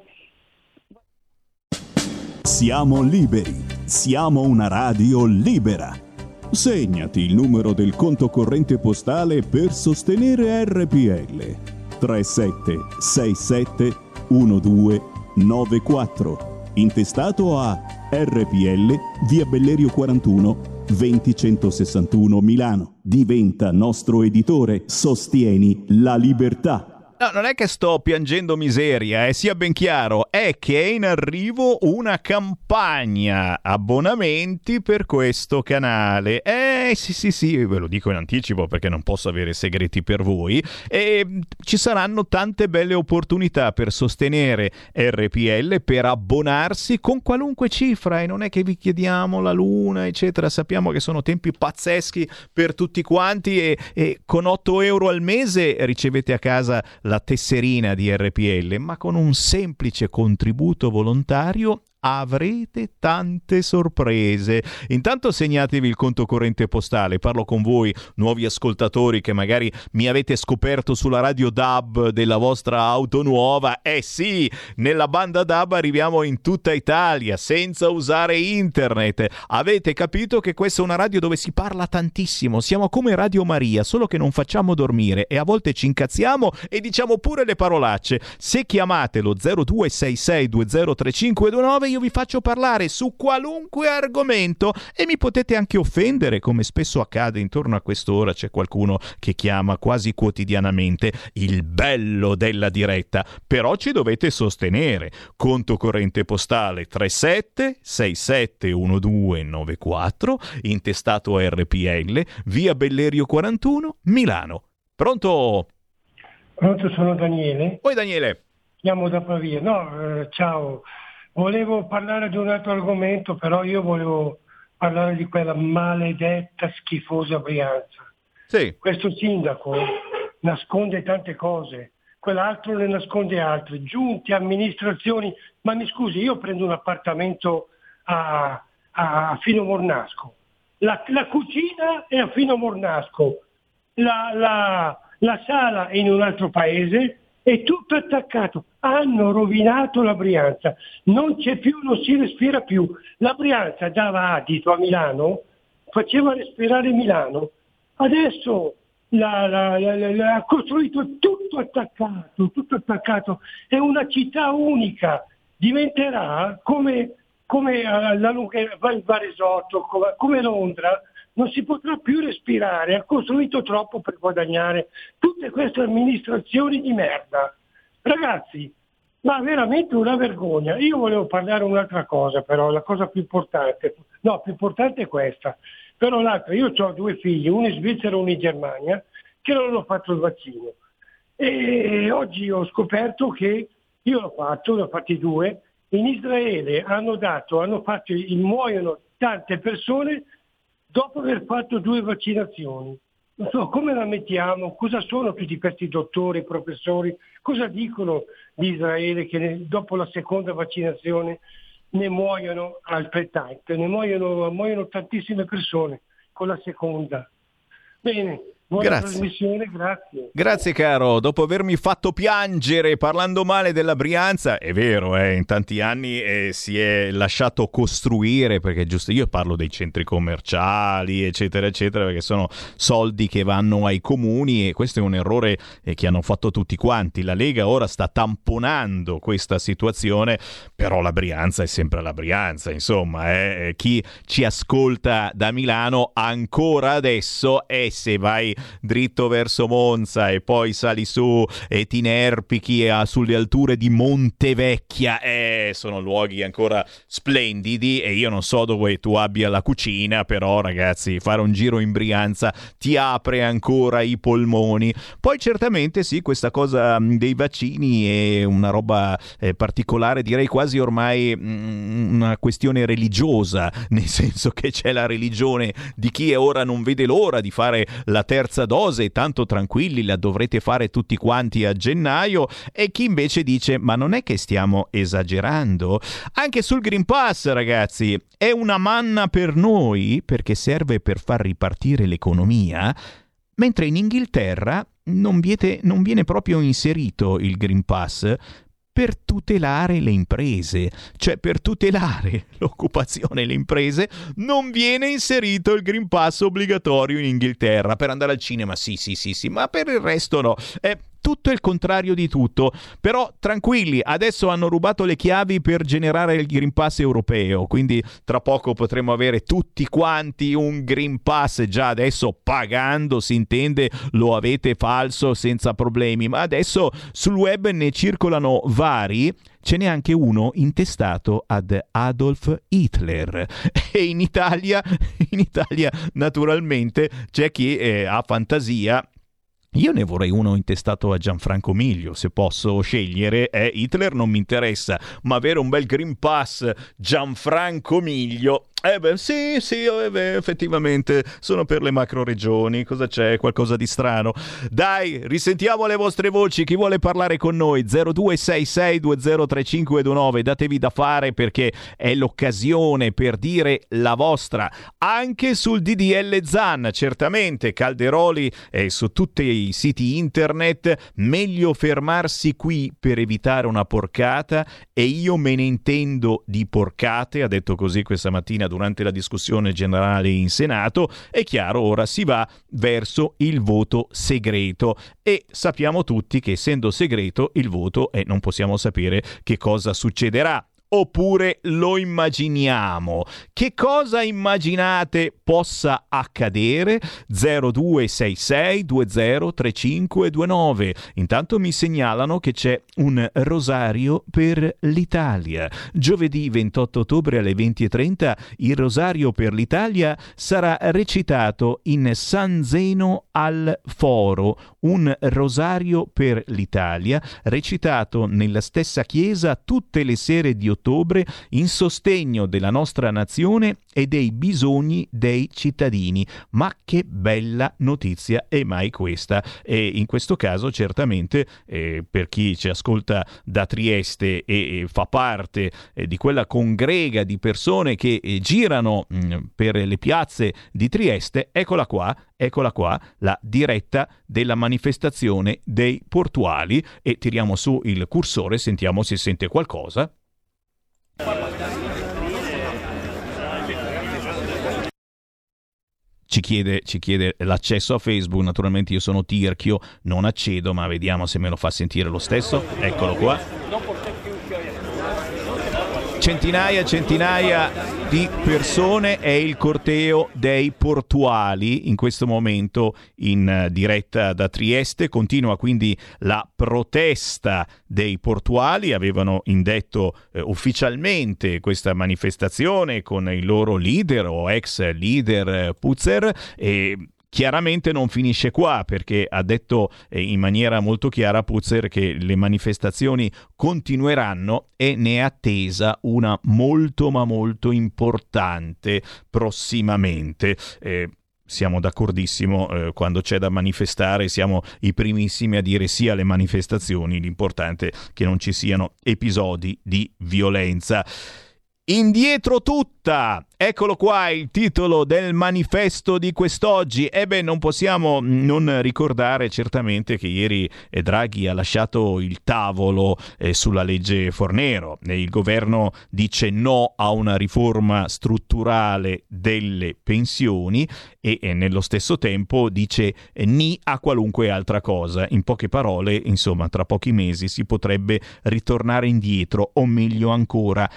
Siamo liberi, siamo una radio libera. Segnati il numero del conto corrente postale per sostenere R P L: tre sette sei sette uno due nove quattro, intestato a R P L, via Bellerio quarantuno, venti centosessantuno Milano. Diventa nostro editore, sostieni la libertà. No, non è che sto piangendo miseria, eh, sia ben chiaro, è che è in arrivo una campagna abbonamenti per questo canale. Eh sì sì sì, ve lo dico in anticipo perché non posso avere segreti per voi. E ci saranno tante belle opportunità per sostenere R P L, per abbonarsi con qualunque cifra, e non è che vi chiediamo la luna eccetera, sappiamo che sono tempi pazzeschi per tutti quanti, e, e con otto euro al mese ricevete a casa la tesserina di R P L, ma con un semplice contributo volontario avrete tante sorprese. Intanto segnatevi il conto corrente postale. Parlo con voi, nuovi ascoltatori che magari mi avete scoperto sulla radio D A B della vostra auto nuova. Eh sì, nella banda D A B arriviamo in tutta Italia senza usare internet. Avete capito che questa è una radio dove si parla tantissimo. Siamo come Radio Maria, solo che non facciamo dormire e a volte ci incazziamo e diciamo pure le parolacce. Se chiamate lo zero due sei sei due zero tre cinque due nove, io vi faccio parlare su qualunque argomento e mi potete anche offendere, come spesso accade intorno a quest'ora, c'è qualcuno che chiama quasi quotidianamente. Il bello della diretta, però ci dovete sostenere. Conto corrente postale tre sette sei sette uno due nove quattro, intestato a R P L, via Bellerio quarantuno, Milano. Pronto? Pronto, sono Daniele. Oi Daniele. Chiamo da Pavia. No, eh, ciao. Volevo parlare di un altro argomento, però io volevo parlare di quella maledetta, schifosa Brianza. Sì. Questo sindaco nasconde tante cose, quell'altro ne nasconde altre, giunte, amministrazioni. Ma mi scusi, io prendo un appartamento a, a Fino Mornasco, la, la cucina è a Fino Mornasco, la, la, la sala è in un altro paese, è tutto attaccato. Hanno rovinato la Brianza, non c'è più, non si respira più. La Brianza dava adito a Milano, faceva respirare Milano, adesso la, la, la, la, la, ha costruito tutto attaccato, tutto attaccato, è una città unica, diventerà come, come la Lunga, Val Varesotto, come, come Londra, non si potrà più respirare, ha costruito troppo per guadagnare. Tutte queste amministrazioni di merda. Ragazzi, ma veramente una vergogna. Io volevo parlare un'altra cosa, però, la cosa più importante, no, più importante è questa. Però l'altra, io ho due figli, uno in Svizzera e uno in Germania, che non hanno fatto il vaccino. E oggi ho scoperto che, io l'ho fatto, ne ho fatti due, in Israele hanno dato, hanno fatto, muoiono tante persone dopo aver fatto due vaccinazioni. Non so, come la mettiamo? Cosa sono tutti questi dottori, professori? Cosa dicono di Israele che ne, dopo la seconda vaccinazione ne muoiono altrettante? Ne muoiono, muoiono tantissime persone con la seconda. Bene. Buona Grazie. trasmissione, grazie. Grazie caro, dopo avermi fatto piangere parlando male della Brianza, è vero, eh, in tanti anni eh, si è lasciato costruire, perché giusto, io parlo dei centri commerciali eccetera eccetera, perché sono soldi che vanno ai comuni e questo è un errore eh, che hanno fatto tutti quanti. La Lega ora sta tamponando questa situazione, però la Brianza è sempre la Brianza, insomma, eh, chi ci ascolta da Milano ancora adesso, e se vai dritto verso Monza e poi sali su e ti inerpichi a, sulle alture di Montevecchia, eh, sono luoghi ancora splendidi, e io non so dove tu abbia la cucina, però ragazzi, fare un giro in Brianza ti apre ancora i polmoni. Poi certamente sì, questa cosa dei vaccini è una roba eh, particolare, direi quasi ormai mh, una questione religiosa, nel senso che c'è la religione di chi ora non vede l'ora di fare la terza dose, tanto tranquilli, la dovrete fare tutti quanti a gennaio, e chi invece dice ma non è che stiamo esagerando? Anche sul Green Pass, ragazzi, è una manna per noi perché serve per far ripartire l'economia, mentre in Inghilterra non viene, non viene proprio inserito il Green Pass per tutelare le imprese, cioè per tutelare l'occupazione e le imprese non viene inserito il Green Pass obbligatorio in Inghilterra. Per andare al cinema sì sì sì sì, ma per il resto no. È tutto il contrario di tutto. Però tranquilli, adesso hanno rubato le chiavi per generare il Green Pass europeo, quindi tra poco potremo avere tutti quanti un Green Pass, già adesso pagando, si intende, lo avete falso senza problemi, ma adesso sul web ne circolano vari. Ce n'è anche uno intestato ad Adolf Hitler, e in Italia, in Italia naturalmente c'è chi eh, ha fantasia. Io ne vorrei uno intestato a Gianfranco Miglio, se posso scegliere. Eh, Hitler non mi interessa, ma avere un bel Green Pass Gianfranco Miglio, eh beh, sì, sì, eh beh, effettivamente sono per le macro regioni. Cosa c'è? Qualcosa di strano? Dai, risentiamo le vostre voci. Chi vuole parlare con noi? zero due sei sei due zero tre cinque due nove. Datevi da fare, perché è l'occasione per dire la vostra anche sul D D L Zan. Certamente Calderoli è su tutti i siti internet. Meglio fermarsi qui per evitare una porcata, e io me ne intendo di porcate, ha detto così questa mattina durante la discussione generale in Senato. È chiaro, ora si va verso il voto segreto, e sappiamo tutti che essendo segreto il voto, e eh, non possiamo sapere che cosa succederà. oppure lo immaginiamo? Che cosa immaginate possa accadere? zero due sei sei due zero tre cinque due nove. Intanto mi segnalano che c'è un rosario per l'Italia. Giovedì ventotto ottobre alle venti e trenta il rosario per l'Italia sarà recitato in San Zeno al Foro, un rosario per l'Italia recitato nella stessa chiesa tutte le sere di ottobre in sostegno della nostra nazione e dei bisogni dei cittadini. Ma che bella notizia è mai questa! E in questo caso certamente eh, per chi ci ascolta da Trieste e, e fa parte eh, di quella congrega di persone che eh, girano mh, per le piazze di Trieste, eccola qua, eccola qua, la diretta della manifestazione dei portuali, e tiriamo su il cursore, sentiamo se sente qualcosa. Ci chiede, ci chiede l'accesso a Facebook, naturalmente io sono tirchio, non accedo, ma vediamo se me lo fa sentire lo stesso. Eccolo qua. Centinaia e centinaia di persone, è il corteo dei portuali in questo momento in diretta da Trieste. Continua quindi la protesta dei portuali. Avevano indetto eh, ufficialmente questa manifestazione con il loro leader o ex leader eh, Puzzer, e chiaramente non finisce qua, perché ha detto eh, in maniera molto chiara Puzzer che le manifestazioni continueranno e ne è attesa una molto ma molto importante prossimamente. Eh, Siamo d'accordissimo, eh, quando c'è da manifestare siamo i primissimi a dire sì alle manifestazioni, l'importante è che non ci siano episodi di violenza. Indietro tutta! Eccolo qua il titolo del manifesto di quest'oggi. E beh, non possiamo non ricordare certamente che ieri Draghi ha lasciato il tavolo eh, sulla legge Fornero. Il governo dice no a una riforma strutturale delle pensioni e, e nello stesso tempo dice eh, ni a qualunque altra cosa. In poche parole, insomma, tra pochi mesi si potrebbe ritornare indietro, o meglio ancora,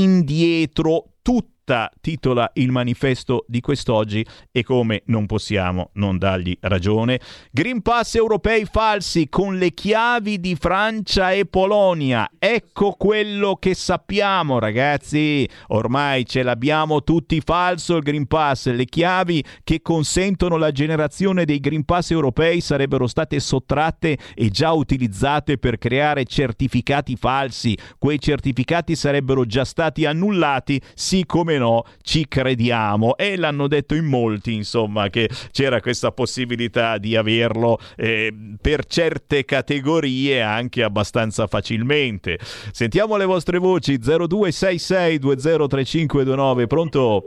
indietro tutta, titola il manifesto di quest'oggi, e come non possiamo non dargli ragione. Green Pass europei falsi con le chiavi di Francia e Polonia. Ecco quello che sappiamo, ragazzi. Ormai ce l'abbiamo tutti falso il Green Pass. Le chiavi che consentono la generazione dei Green Pass europei sarebbero state sottratte e già utilizzate per creare certificati falsi. Quei certificati sarebbero già stati annullati, sì come no, ci crediamo, e l'hanno detto in molti, insomma, che c'era questa possibilità di averlo eh, per certe categorie anche abbastanza facilmente. Sentiamo le vostre voci. Zero due sei sei due zero tre cinque due nove. Pronto?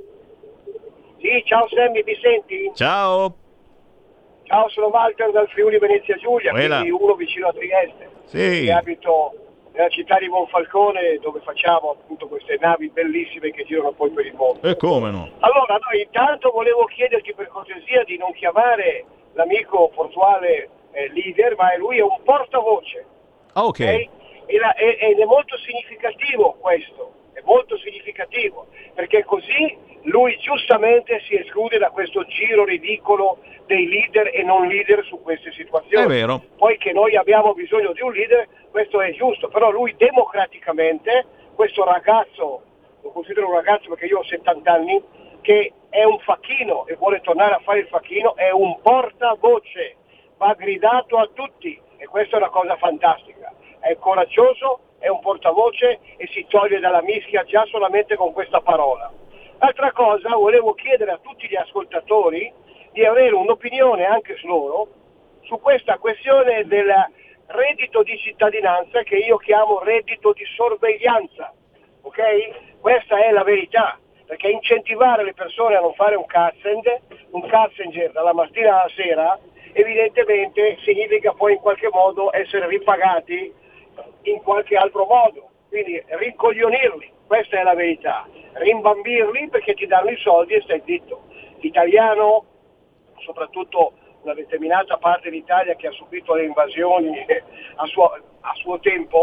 Sì, ciao Sammy, mi senti? Ciao. Ciao, sono Walter dal Friuli Venezia Giulia, Quella. quindi uno vicino a Trieste. Sì. E abito nella città di Monfalcone, dove facciamo appunto queste navi bellissime che girano poi per il mondo. E come no? Allora, noi intanto volevo chiederti per cortesia di non chiamare l'amico portuale eh, leader, ma lui è un portavoce. Ah, ok. Okay? E la, e, ed è molto significativo questo, è molto significativo, perché così lui giustamente si esclude da questo giro ridicolo dei leader e non leader su queste situazioni. È vero. Poi che noi abbiamo bisogno di un leader, questo è giusto, però lui democraticamente, questo ragazzo, lo considero un ragazzo perché io ho settanta anni, che è un facchino e vuole tornare a fare il facchino, è un portavoce, va gridato a tutti, e questa è una cosa fantastica. È coraggioso, è un portavoce e si toglie dalla mischia già solamente con questa parola. Altra cosa, volevo chiedere a tutti gli ascoltatori di avere un'opinione anche su loro su questa questione del reddito di cittadinanza, che io chiamo reddito di sorveglianza, ok? Questa è la verità, perché incentivare le persone a non fare un Katzenger, un Katzenger dalla mattina alla sera, evidentemente significa poi in qualche modo essere ripagati in qualche altro modo, quindi rincoglionirli, questa è la verità, rimbambirli perché ti danno i soldi e stai zitto. L'italiano, soprattutto una determinata parte d'Italia che ha subito le invasioni a suo, a suo tempo,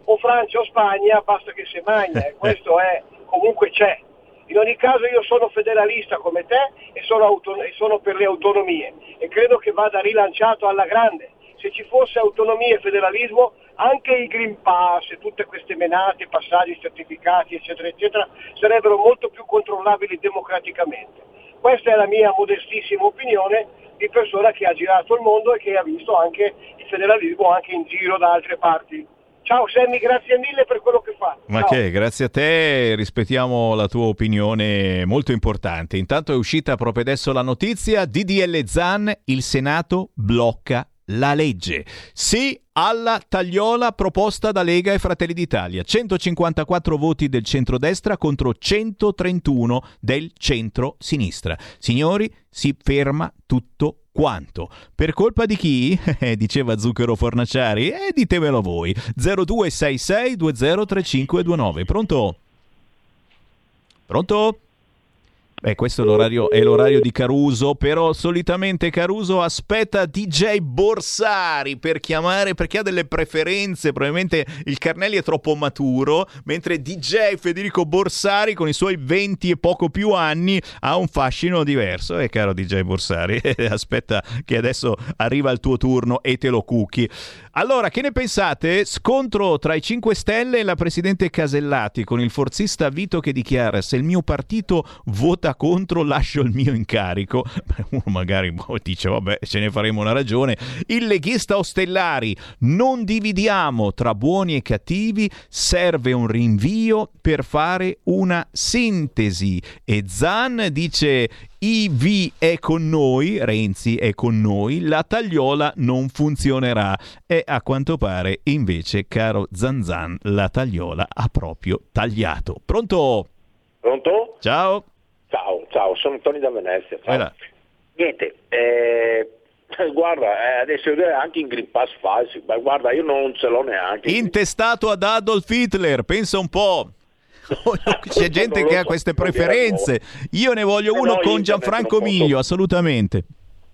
o Francia o Spagna, basta che si magna, e questo è, comunque c'è. In ogni caso io sono federalista come te e sono, auto- e sono per le autonomie e credo che vada rilanciato alla grande. Se ci fosse autonomia e federalismo, anche i Green Pass e tutte queste menate, passaggi certificati, eccetera, eccetera, sarebbero molto più controllabili democraticamente. Questa è la mia modestissima opinione di persona che ha girato il mondo e che ha visto anche il federalismo anche in giro da altre parti. Ciao Sammy, grazie mille per quello che fa. Ma Ciao. che, grazie a te, rispettiamo la tua opinione, molto importante. Intanto è uscita proprio adesso la notizia, D D L Zan, il Senato blocca la legge. Sì alla tagliola proposta da Lega e Fratelli d'Italia. centocinquantaquattro voti del centrodestra contro centotrentuno del centro-sinistra. Signori, si ferma tutto quanto. Per colpa di chi? Eh, diceva Zucchero Fornaciari. E eh, ditemelo voi. zero due sei sei due zero tre cinque due nove. Pronto? Pronto? Beh, questo è l'orario, è l'orario di Caruso, però solitamente Caruso aspetta D J Borsari per chiamare, perché ha delle preferenze, probabilmente il Carnelli è troppo maturo, mentre D J Federico Borsari con i suoi venti e poco più anni ha un fascino diverso. E eh, caro D J Borsari, aspetta che adesso arriva il tuo turno e te lo cucchi. Allora, che ne pensate? Scontro tra i cinque Stelle e la presidente Casellati con il forzista Vito che dichiara: se il mio partito vota contro lascio il mio incarico. Uno magari dice vabbè, ce ne faremo una ragione. Il leghista Ostellari: non dividiamo tra buoni e cattivi, serve un rinvio per fare una sintesi. E Zan dice: I V è con noi, Renzi è con noi, la tagliola non funzionerà. E a quanto pare invece, caro Zanzan, la tagliola ha proprio tagliato. Pronto? Pronto? Ciao. Ciao, ciao, sono Tony da Venezia. Ciao. Allora. Niente, eh, guarda, eh, adesso anche in Green Pass falsi, ma guarda, io non ce l'ho neanche. Intestato ad Adolf Hitler, pensa un po'. C'è gente che ha queste preferenze. Io ne voglio uno con Gianfranco Miglio, assolutamente.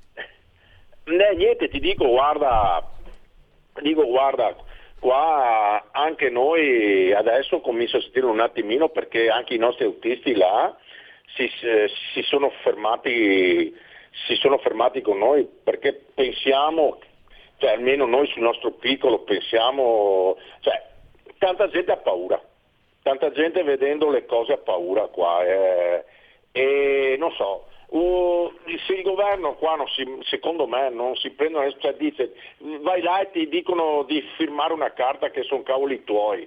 Eh, niente, ti dico, guarda, dico, guarda, qua anche noi adesso comincio a sentire un attimino, perché anche i nostri autisti là si, si sono fermati si sono fermati con noi, perché pensiamo, cioè almeno noi sul nostro piccolo pensiamo, cioè tanta gente ha paura, tanta gente vedendo le cose ha paura qua, eh, e non so, uh, se il governo qua non si, secondo me non si prendono, cioè dice vai là e ti dicono di firmare una carta che sono cavoli tuoi,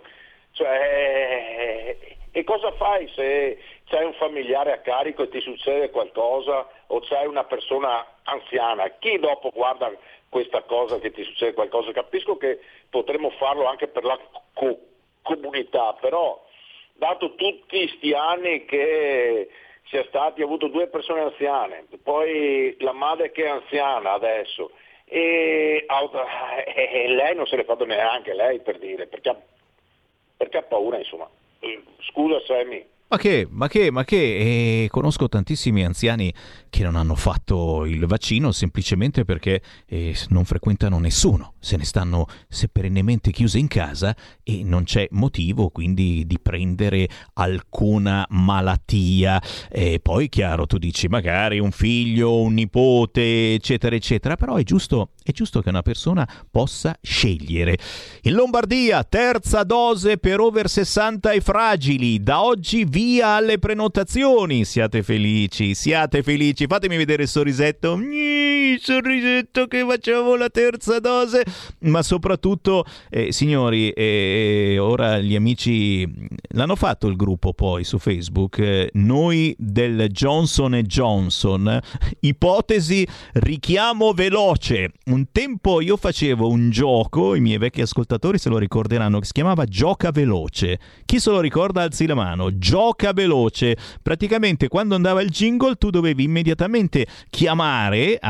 cioè, e cosa fai se c'hai un familiare a carico e ti succede qualcosa, o c'hai una persona anziana? Chi dopo guarda questa cosa che ti succede qualcosa? Capisco che potremmo farlo anche per la co- comunità, però dato tutti sti anni che sia stati, ha avuto due persone anziane, poi la madre che è anziana adesso, e, e lei non se l'è fatto neanche lei, per dire, perché, perché ha paura, insomma. Scusa Sammy. Ma che, ma che, ma che, eh, conosco tantissimi anziani che non hanno fatto il vaccino semplicemente perché eh, non frequentano nessuno, se ne stanno se perennemente chiuse in casa e non c'è motivo quindi di prendere alcuna malattia. E poi chiaro, tu dici magari un figlio, un nipote, eccetera, eccetera, però è giusto, è giusto che una persona possa scegliere. In Lombardia, terza dose per over sessanta e fragili, da oggi via alle prenotazioni. Siate felici, siate felici. Fatemi vedere il sorrisetto. Il sorrisetto che facciamo la terza dose. Ma soprattutto, eh, signori, eh, ora gli amici l'hanno fatto il gruppo poi su Facebook. Eh, noi del Johnson and Johnson. Ipotesi richiamo veloce. Un tempo io facevo un gioco, i miei vecchi ascoltatori se lo ricorderanno, che si chiamava Gioca Veloce. Chi se lo ricorda alzi la mano. Gioca Veloce. Praticamente quando andava il jingle tu dovevi immediatamente chiamare al numero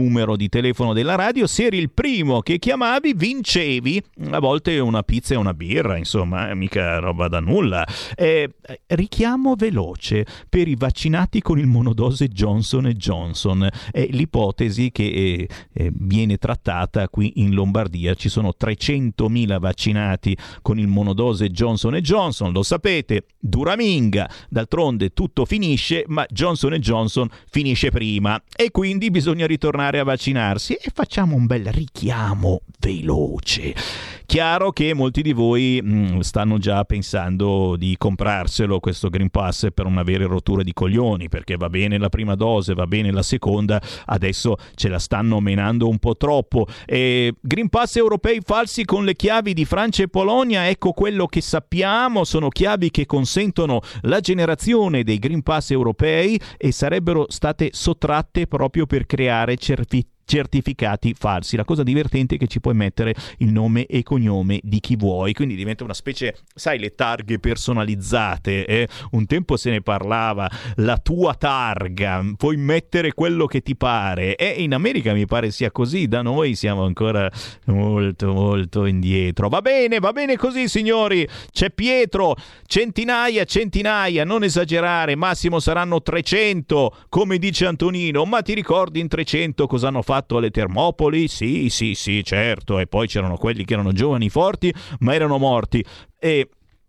numero di telefono della radio, se eri il primo che chiamavi vincevi a volte una pizza e una birra, insomma, mica roba da nulla. Eh, richiamo veloce per i vaccinati con il monodose Johnson and Johnson. È l'ipotesi che eh, eh, viene trattata qui in Lombardia. Ci sono trecentomila vaccinati con il monodose Johnson and Johnson, lo sapete, duraminga, d'altronde tutto finisce, ma Johnson and Johnson finisce prima e quindi bisogna ritornare a vaccinarsi, e facciamo un bel richiamo veloce. Chiaro che molti di voi mh, stanno già pensando di comprarselo questo Green Pass per una vera rottura di coglioni, perché va bene la prima dose, va bene la seconda, adesso ce la stanno menando un po' troppo. E Green Pass europei falsi con le chiavi di Francia e Polonia, ecco quello che sappiamo, sono chiavi che consentono la generazione dei Green Pass europei e sarebbero state sottratte proprio per creare certi certificati falsi. La cosa divertente è che ci puoi mettere il nome e cognome di chi vuoi, quindi diventa una specie, sai, le targhe personalizzate, eh? Un tempo se ne parlava, la tua targa, puoi mettere quello che ti pare, e in America mi pare sia così, da noi siamo ancora molto molto indietro. Va bene, va bene così, signori. C'è Pietro, centinaia, centinaia, non esagerare, massimo saranno trecento, come dice Antonino, ma ti ricordi in trecento cosa hanno fatto alle Termopoli? Sì, sì, sì, certo, e poi c'erano quelli che erano giovani forti ma erano morti. E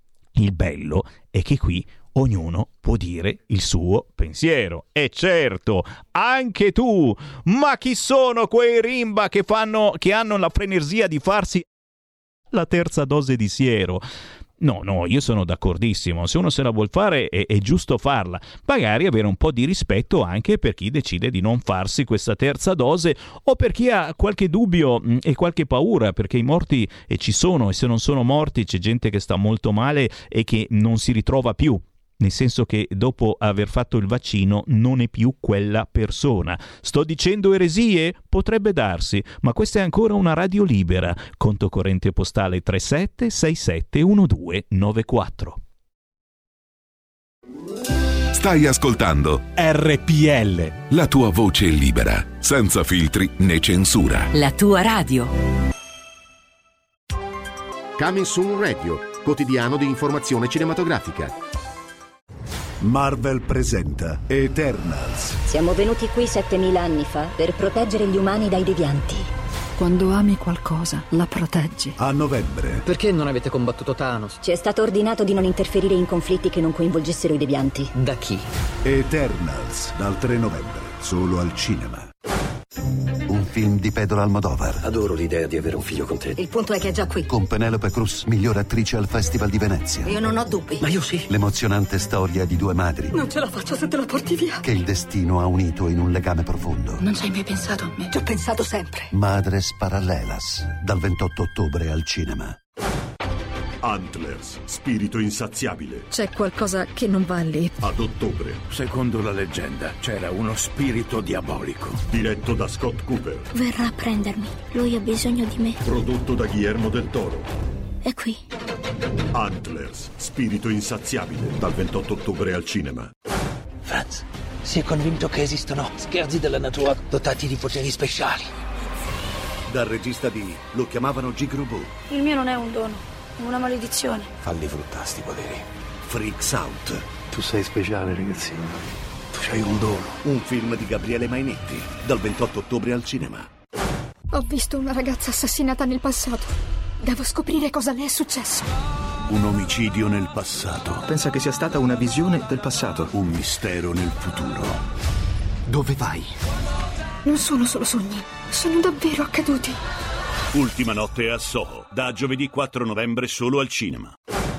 il bello è che qui ognuno può dire il suo pensiero. E certo, anche tu. Ma chi sono quei rimba che fanno, che hanno la frenesia di farsi la terza dose di siero? No, no, io sono d'accordissimo, se uno se la vuol fare è, è giusto farla, magari avere un po' di rispetto anche per chi decide di non farsi questa terza dose, o per chi ha qualche dubbio mh, e qualche paura, perché i morti e ci sono, e se non sono morti c'è gente che sta molto male e che non si ritrova più. Nel senso che dopo aver fatto il vaccino non è più quella persona. Sto dicendo eresie? Potrebbe darsi, ma questa è ancora una radio libera. Conto corrente postale tre sette sei sette uno due nove quattro. Stai ascoltando R P L, la tua voce libera, senza filtri né censura. La tua radio. Coming Soon Radio, quotidiano di informazione cinematografica. Marvel presenta Eternals. Siamo venuti qui settemila anni fa per proteggere gli umani dai devianti. Quando ami qualcosa, la proteggi. A novembre. Perché non avete combattuto Thanos? Ci è stato ordinato di non interferire in conflitti che non coinvolgessero i devianti. Da chi? Eternals, dal tre novembre, solo al cinema. Un film di Pedro Almodovar. Adoro l'idea di avere un figlio con te. Il punto è che è già qui. Con Penelope Cruz, migliore attrice al Festival di Venezia. Io non ho dubbi. Ma io sì. L'emozionante storia di due madri. Non ce la faccio se te la porti via. Che il destino ha unito in un legame profondo. Non ci hai mai pensato a me? Ci ho pensato sempre. Madres Paralelas, dal ventotto ottobre al cinema. Antlers, spirito insaziabile. C'è qualcosa che non va lì. Ad ottobre. Secondo la leggenda c'era uno spirito diabolico. Diretto da Scott Cooper. Verrà a prendermi. Lui ha bisogno di me. Prodotto da Guillermo del Toro. È qui. Antlers, spirito insaziabile, dal ventotto ottobre al cinema. Franz, si è convinto che esistono scherzi della natura dotati di poteri speciali. Dal regista di Lo chiamavano Gigrobo. Il mio non è un dono. Una maledizione. Falli fruttare sti poteri. Freaks Out. Tu sei speciale, ragazzino. Tu c'hai un dono. Un film di Gabriele Mainetti, dal ventotto ottobre al cinema. Ho visto una ragazza assassinata nel passato. Devo scoprire cosa le è successo. Un omicidio nel passato. Pensa che sia stata una visione del passato. Un mistero nel futuro. Dove vai? Non sono solo sogni, sono davvero accaduti. Ultima notte a Soho, da giovedì quattro novembre solo al cinema.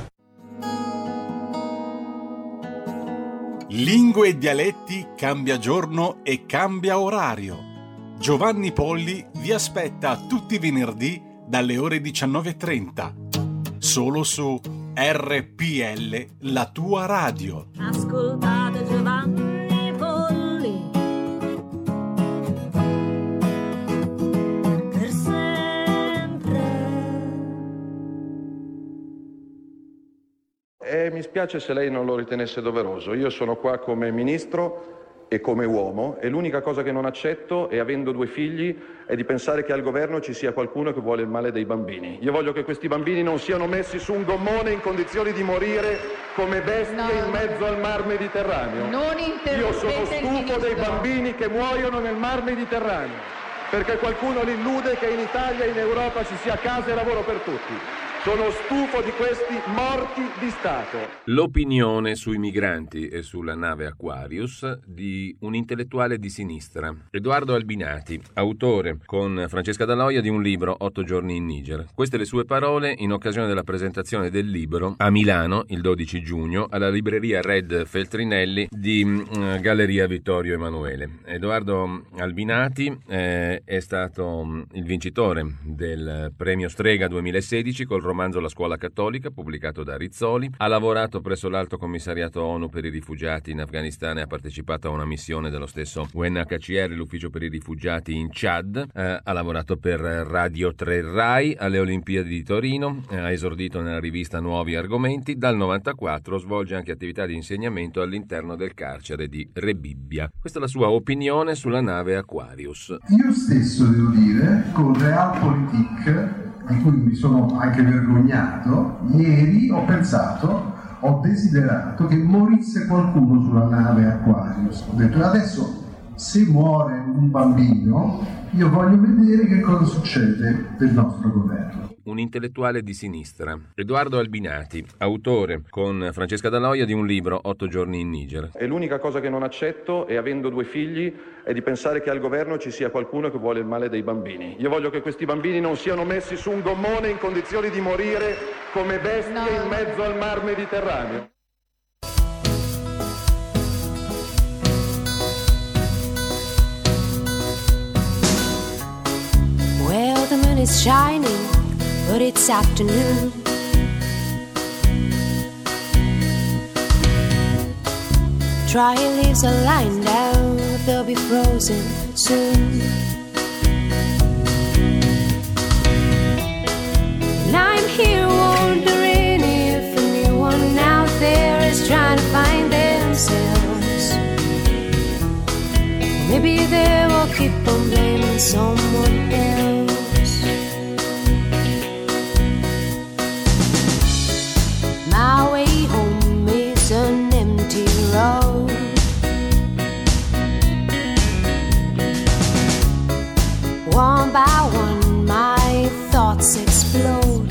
Lingue e dialetti cambia giorno e cambia orario. Giovanni Polli vi aspetta tutti i venerdì dalle ore diciannove e trenta. Solo su R P L, la tua radio. Ascoltate Giovanni Polli. Per sempre. E mi spiace se lei non lo ritenesse doveroso. Io sono qua come ministro e come uomo, e l'unica cosa che non accetto, e avendo due figli, è di pensare che al governo ci sia qualcuno che vuole il male dei bambini. Io voglio che questi bambini non siano messi su un gommone in condizioni di morire come bestie no. in mezzo al mar Mediterraneo. Non Io sono stufo dei bambini che muoiono nel mar Mediterraneo, perché qualcuno li illude che in Italia e in Europa ci sia casa e lavoro per tutti. Sono stufo di questi morti di Stato. L'opinione sui migranti e sulla nave Aquarius di un intellettuale di sinistra, Edoardo Albinati, autore con Francesca Daloia di un libro Otto giorni in Niger. Queste le sue parole in occasione della presentazione del libro a Milano il dodici giugno alla libreria Red Feltrinelli di uh, Galleria Vittorio Emanuele. Edoardo Albinati eh, è stato um, il vincitore del premio Strega duemilasedici col romanzo La scuola cattolica, pubblicato da Rizzoli. Ha lavorato presso l'Alto Commissariato ONU per i rifugiati in Afghanistan e ha partecipato a una missione dello stesso U N H C R, l'Ufficio per i rifugiati in Chad. Eh, ha lavorato per Radio tre Rai alle Olimpiadi di Torino, eh, ha esordito nella rivista Nuovi Argomenti. Dal novantaquattro svolge anche attività di insegnamento all'interno del carcere di Rebibbia. Questa è la sua opinione sulla nave Aquarius. Io stesso, devo dire, con Realpolitik, di cui mi sono anche vergognato, ieri ho pensato, ho desiderato che morisse qualcuno sulla nave Aquarius. Ho detto, adesso se muore un bambino, io voglio vedere che cosa succede del nostro governo. Un intellettuale di sinistra, Edoardo Albinati, autore con Francesca Daloia di un libro Otto giorni in Niger. E l'unica cosa che non accetto, e avendo due figli, è di pensare che al governo ci sia qualcuno che vuole il male dei bambini. Io voglio che questi bambini non siano messi su un gommone in condizioni di morire come bestie no. in mezzo al mar Mediterraneo. Well, the moon is shining, but it's afternoon. Dry leaves are lying down, they'll be frozen soon. And I'm here wondering if anyone out there is trying to find themselves. Maybe they will keep on blaming someone else. My way home is an empty road. One by one my thoughts explode.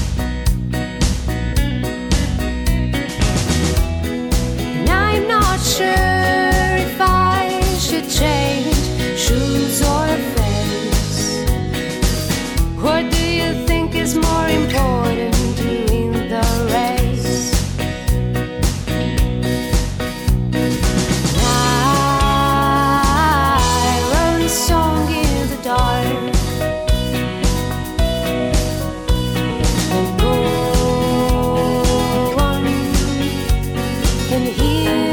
And I'm not sure if I should change shoes or face. What do you think is more important to win the race? I wrote a song in the dark, and no one can hear.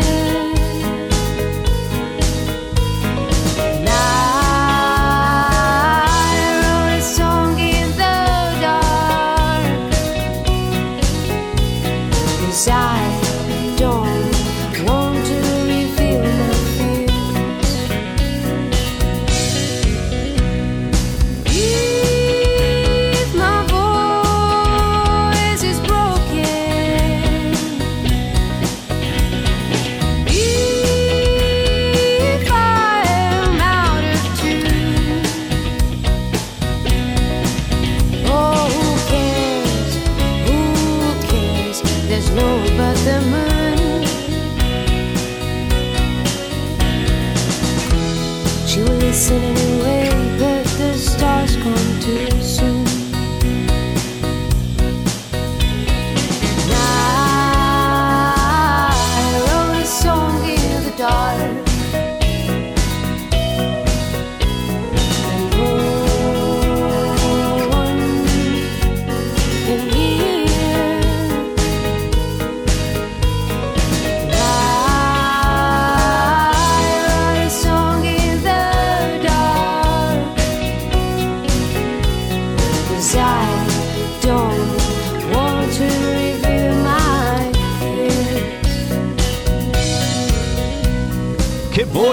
And I wrote a song in the dark, 'cause I don't want to reveal my fears. If my voice is broken, if I am out of tune, oh, who cares, who cares, there's no but the moon. She will listen anyway, but the stars come too soon. And I wrote a song in the dark, and no one can hear. And I wrote a song in the dark,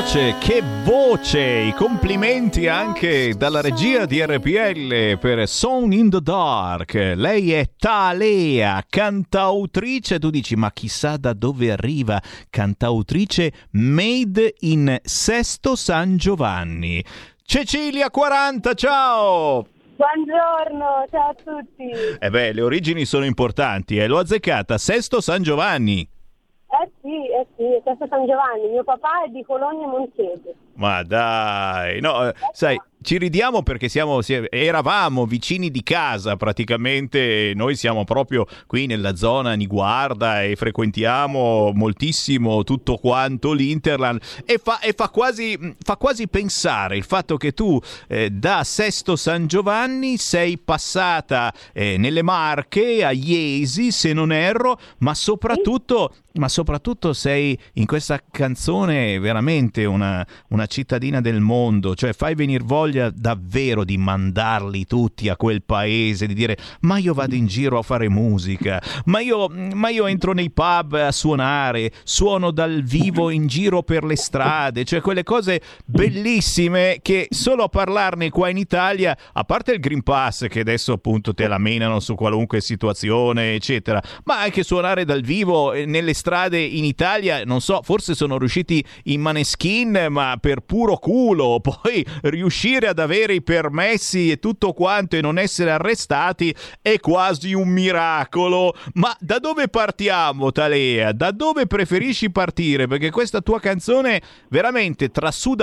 voce, che voce! I complimenti anche dalla regia di R P L per Song in the Dark. Lei è Thalea, cantautrice. Tu dici, ma chissà da dove arriva? Cantautrice made in Sesto San Giovanni. Cecilia quaranta, ciao! Buongiorno, ciao a tutti. Eh beh, le origini sono importanti, eh. L'ho azzeccata, Sesto San Giovanni. Eh sì, eh sì, è Sesto San Giovanni. Mio papà è di Cologno Monzese. Ma dai, no, eh, sai, ci ridiamo perché siamo, si- eravamo vicini di casa praticamente, noi siamo proprio qui nella zona Niguarda e frequentiamo moltissimo tutto quanto l'Interland e fa, e fa, quasi, fa quasi pensare il fatto che tu eh, da Sesto San Giovanni sei passata eh, nelle Marche, a Iesi se non erro, ma soprattutto, ma soprattutto sei in questa canzone veramente una, una cittadina del mondo, cioè fai venire voglia davvero di mandarli tutti a quel paese, di dire ma io vado in giro a fare musica, ma io, ma io entro nei pub a suonare, suono dal vivo in giro per le strade, cioè quelle cose bellissime che solo a parlarne qua in Italia, a parte il Green Pass che adesso appunto te la menano su qualunque situazione eccetera, ma anche suonare dal vivo nelle strade in Italia, non so, forse sono riusciti in Maneskin ma per puro culo, poi riuscire ad avere i permessi e tutto quanto e non essere arrestati è quasi un miracolo. Ma da dove partiamo, Thalea? Da dove preferisci partire? Perché questa tua canzone veramente trasuda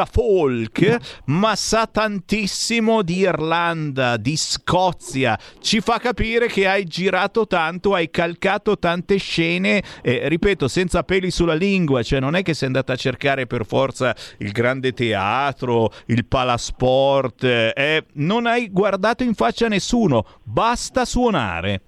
folk ma sa tantissimo di Irlanda, di Scozia, ci fa capire che hai girato tanto, hai calcato tante scene, eh, ripeto, senza peli sulla lingua, cioè non è che sei andata a cercare per forza il grande teatro, il palasport, eh, non hai guardato in faccia a nessuno, basta suonare.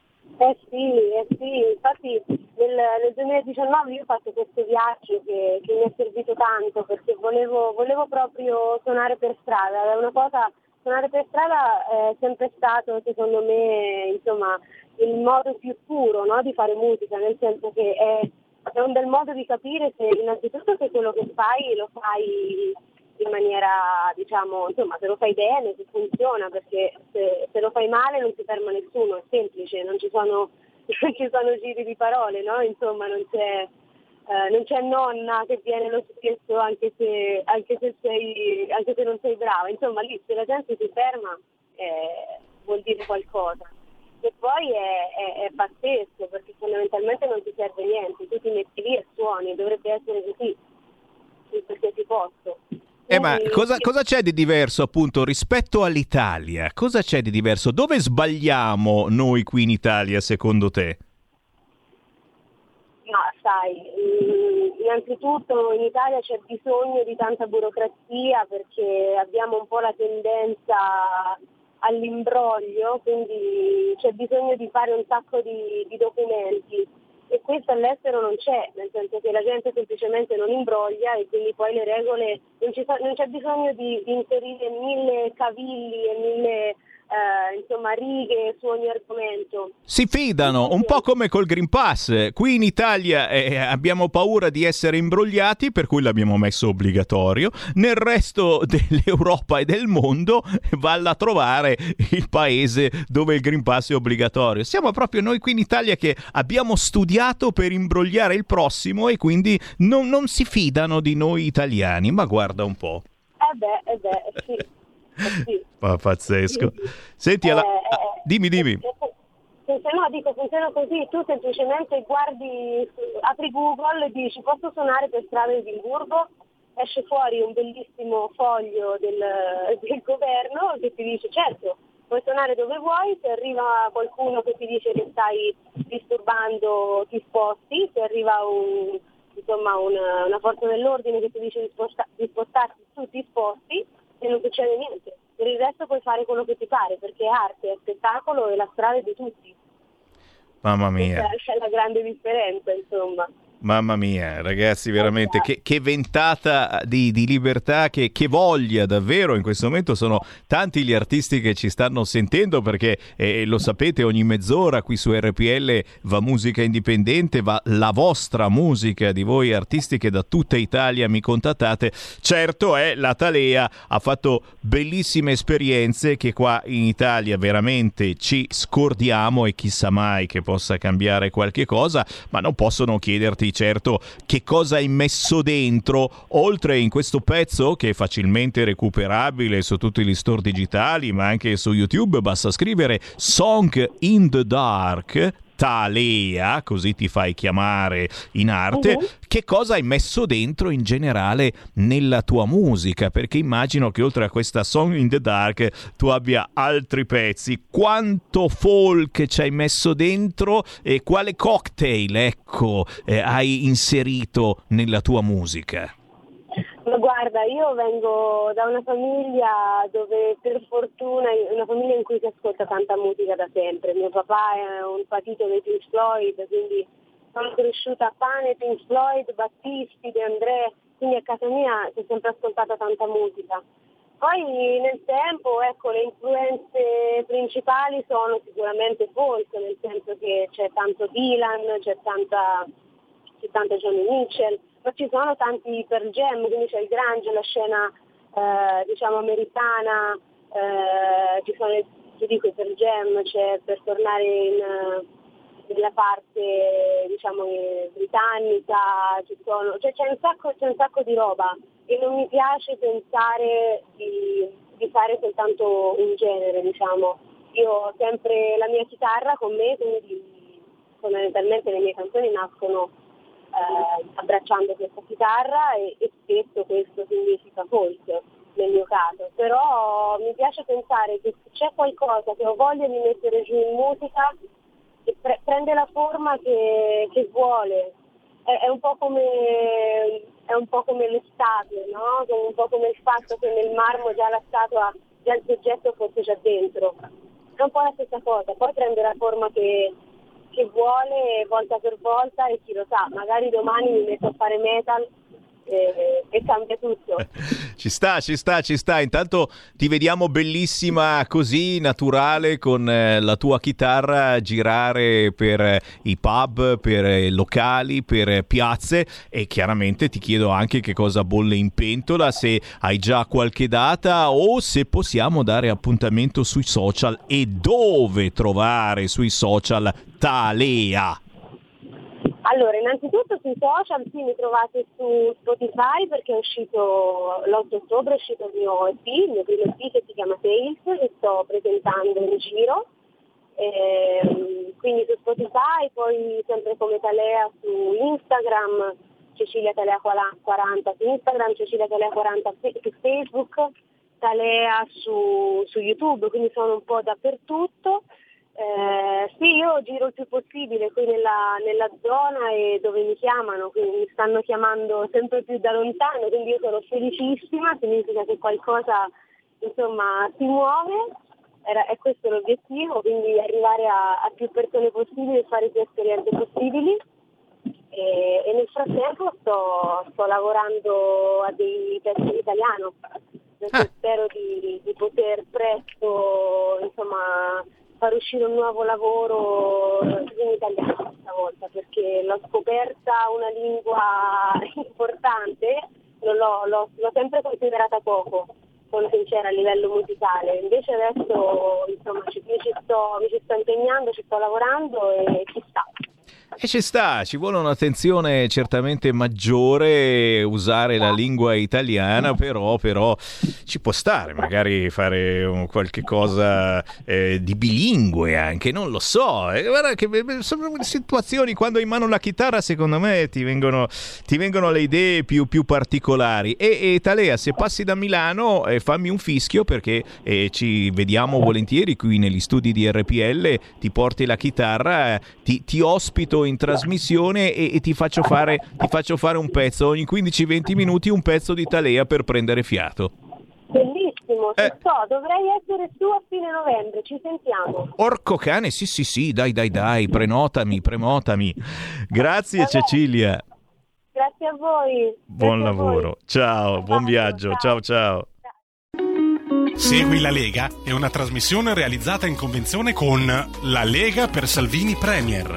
Eh sì, eh sì, infatti nel, nel duemiladiciannove io ho fatto questo viaggio che, che mi è servito tanto perché volevo, volevo proprio suonare per strada, è una cosa, suonare per strada è sempre stato secondo me insomma il modo più puro, no, di fare musica, nel senso che è, è un bel modo di capire se innanzitutto se quello che fai lo fai in maniera, diciamo, insomma, se lo fai bene, se funziona, perché se, se lo fai male non si ferma nessuno, è semplice, non ci sono, non ci sono giri di parole, no? Insomma, non c'è, eh, non c'è nonna che viene lo stesso anche se, anche se sei, anche se non sei brava, insomma, lì se la gente si ferma eh, vuol dire qualcosa. E poi è, è, è pazzesco perché fondamentalmente non ti serve niente, tu ti metti lì e suoni, dovrebbe essere così in qualsiasi posto. Eh, ma cosa, cosa c'è di diverso appunto rispetto all'Italia? Cosa c'è di diverso? Dove sbagliamo noi qui in Italia secondo te? No, sai, innanzitutto in Italia c'è bisogno di tanta burocrazia perché abbiamo un po' la tendenza all'imbroglio, quindi c'è bisogno di fare un sacco di, di documenti. E questo all'estero non c'è, nel senso che la gente semplicemente non imbroglia e quindi poi le regole, non, ci fa, non c'è bisogno di, di inserire mille cavilli e mille eh, insomma righe su ogni argomento. Si fidano, un po' come col Green Pass. Qui in Italia eh, abbiamo paura di essere imbrogliati, per cui l'abbiamo messo obbligatorio. Nel resto dell'Europa e del mondo valla a trovare il paese dove il Green Pass è obbligatorio. Siamo proprio noi qui in Italia che abbiamo studiato per imbrogliare il prossimo e quindi non, non si fidano di noi italiani. Ma guarda un po'. Eh beh, eh beh, sì. Eh sì. Ma pazzesco. Senti, alla... Eh, eh, dimmi, dimmi. Se no, dico, funziona così, tu semplicemente guardi, apri Google e dici posso suonare per strada di Edimburgo, esce fuori un bellissimo foglio del, del governo che ti dice certo, puoi suonare dove vuoi, se arriva qualcuno che ti dice che stai disturbando ti sposti, se arriva un, insomma, una, una forza dell'ordine che ti dice di, sposta, di spostarti, tu ti sposti e non succede niente. Per il resto puoi fare quello che ti pare, perché è arte, è spettacolo e la strada è di tutti. Mamma mia. Questa è la grande differenza, insomma. Mamma mia, ragazzi, veramente che, che ventata di, di libertà, che, che voglia davvero. In questo momento sono tanti gli artisti che ci stanno sentendo, perché eh, lo sapete, ogni mezz'ora qui su R P L va musica indipendente, va la vostra musica di voi artisti che da tutta Italia mi contattate. Certo è, la Thalea ha fatto bellissime esperienze che qua in Italia veramente ci scordiamo, e chissà mai che possa cambiare qualche cosa, ma non possono chiederti certo che cosa hai messo dentro, oltre in questo pezzo che è facilmente recuperabile su tutti gli store digitali, ma anche su YouTube. Basta scrivere Song in the Dark, Thalea, così ti fai chiamare in arte. Uh-huh. Che cosa hai messo dentro in generale nella tua musica? Perché immagino che oltre a questa Song in the Dark tu abbia altri pezzi. Quanto folk ci hai messo dentro e quale cocktail, ecco, eh, hai inserito nella tua musica? Ma guarda, io vengo da una famiglia dove per fortuna, una famiglia in cui si ascolta tanta musica da sempre. Mio papà è un patito dei Pink Floyd, quindi sono cresciuta a pane, Pink Floyd, Battisti, De André, quindi a casa mia si è sempre ascoltata tanta musica. Poi nel tempo, ecco, le influenze principali sono sicuramente folk, nel senso che c'è tanto Dylan, c'è tanta, c'è tanta Joni Mitchell, ma ci sono tanti Pearl Jam, quindi c'è il grunge, la scena eh, diciamo americana, eh, ci sono, ti dico, i Pearl Jam, c'è, per tornare in, nella parte diciamo britannica, ci sono, cioè c'è un sacco, c'è un sacco di roba, e non mi piace pensare di, di fare soltanto un genere, diciamo. Io ho sempre la mia chitarra con me, quindi fondamentalmente le mie canzoni nascono Eh, abbracciando questa chitarra, e, e spesso questo significa folk nel mio caso, però mi piace pensare che se c'è qualcosa che ho voglia di mettere giù in musica, e pre- prende la forma che, che vuole. È, è un po' come è un po' come le statue, no? Un po' come il fatto che nel marmo già la statua, già il soggetto fosse già dentro. È un po' la stessa cosa, poi prende la forma che che vuole volta per volta, e chi lo sa, magari domani mi metto a fare metal e, e cambia tutto. Ci sta, ci sta, ci sta. Intanto ti vediamo bellissima così, naturale, con eh, la tua chitarra girare per eh, i pub, per eh, locali, per eh, piazze, e chiaramente ti chiedo anche che cosa bolle in pentola, se hai già qualche data o se possiamo dare appuntamento sui social, e dove trovare sui social Thalea. Allora, innanzitutto sui social sì, mi trovate su Spotify, perché è uscito l'otto ottobre, è uscito il mio E P, il mio primo E P che si chiama Tales, che sto presentando in giro, e, quindi su Spotify, poi sempre come Thalea su Instagram, Cecilia Thalea quaranta su Instagram, Cecilia Thalea quaranta su Facebook, Thalea su, su YouTube, quindi sono un po' dappertutto. Eh, sì, io giro il più possibile qui nella, nella zona e dove mi chiamano, quindi mi stanno chiamando sempre più da lontano, quindi io sono felicissima, significa che qualcosa insomma si muove, era, è questo l'obiettivo, quindi arrivare a, a più persone possibili e fare più esperienze possibili, e, e nel frattempo sto, sto lavorando a dei pezzi in italiano, perché ah. spero di, di poter presto insomma far uscire un nuovo lavoro in italiano stavolta, perché l'ho scoperta una lingua importante, non l'ho, l'ho, l'ho sempre considerata poco, sono sincera, a livello musicale, invece adesso insomma ci, mi, ci sto, mi ci sto impegnando, ci sto lavorando, e ci sta. E ci sta, ci vuole un'attenzione certamente maggiore, usare la lingua italiana, però, però ci può stare, magari fare un qualche cosa eh, di bilingue anche, non lo so. Eh, guarda che sono situazioni, quando hai in mano la chitarra, secondo me ti vengono, ti vengono le idee più, più particolari. E, e Thalea, se passi da Milano, eh, fammi un fischio, perché eh, ci vediamo volentieri qui negli studi di R P L, ti porti la chitarra, eh, ti, ti ospito in trasmissione e, e ti faccio fare ti faccio fare un pezzo ogni quindici venti minuti, un pezzo di Thalea per prendere fiato. Bellissimo, se eh. so, dovrei essere su a fine novembre, ci sentiamo. Orco cane, sì sì sì, dai dai dai, prenotami, prenotami. Grazie. Vabbè. Cecilia. Grazie a voi. Buon Grazie a voi. lavoro. Ciao, buon viaggio. Ciao ciao. Segui la Lega è una trasmissione realizzata in convenzione con La Lega per Salvini Premier.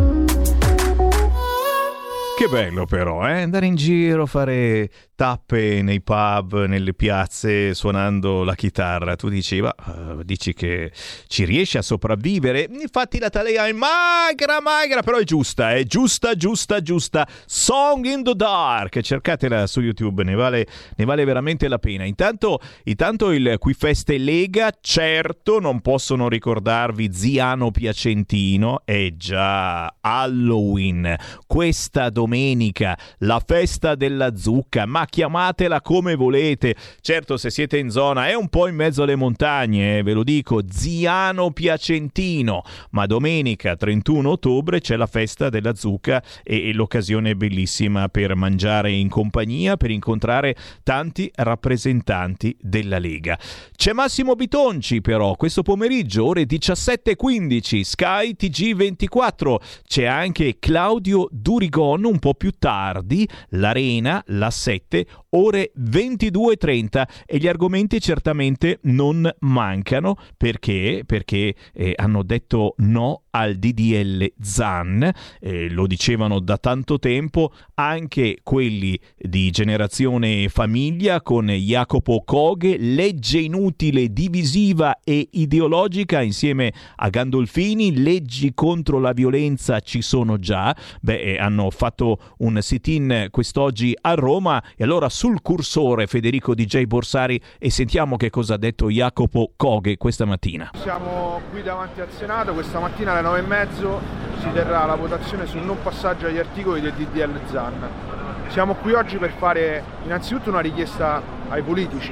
Che bello però, eh? Andare in giro, fare tappe nei pub, nelle piazze, suonando la chitarra. Tu dici, ma, uh, dici che ci riesci a sopravvivere? Infatti la Thalea è magra, magra, però è giusta, è giusta, giusta, giusta. Song in the Dark, cercatela su YouTube, ne vale, ne vale veramente la pena. Intanto, intanto il Qui Feste Lega, certo, non possono ricordarvi Ziano Piacentino, è già Halloween, questa domenica, la festa della zucca, ma chiamatela come volete. Certo, se siete in zona, è un po' in mezzo alle montagne, eh, ve lo dico, Ziano Piacentino, ma domenica trentuno ottobre c'è la festa della zucca e, e l'occasione è bellissima per mangiare in compagnia, per incontrare tanti rappresentanti della Lega. C'è Massimo Bitonci però questo pomeriggio, ore diciassette e quindici, Sky T G ventiquattro. C'è anche Claudio Durigon un po' più tardi, l'Arena, la sette, ore ventidue e trenta, e gli argomenti certamente non mancano perché perché eh, hanno detto no al D D L Zan, eh, lo dicevano da tanto tempo anche quelli di Generazione Famiglia con Jacopo Coghe, legge inutile, divisiva e ideologica insieme a Gandolfini, leggi contro la violenza ci sono già. Beh, eh, hanno fatto un sit-in quest'oggi a Roma e allora sul cursore Federico D J Borsari e sentiamo che cosa ha detto Jacopo Coghe questa mattina. Siamo qui davanti al Senato, questa mattina alle nove e mezzo si terrà la votazione sul non passaggio agli articoli del D D L Zan. Siamo qui oggi per fare innanzitutto una richiesta ai politici,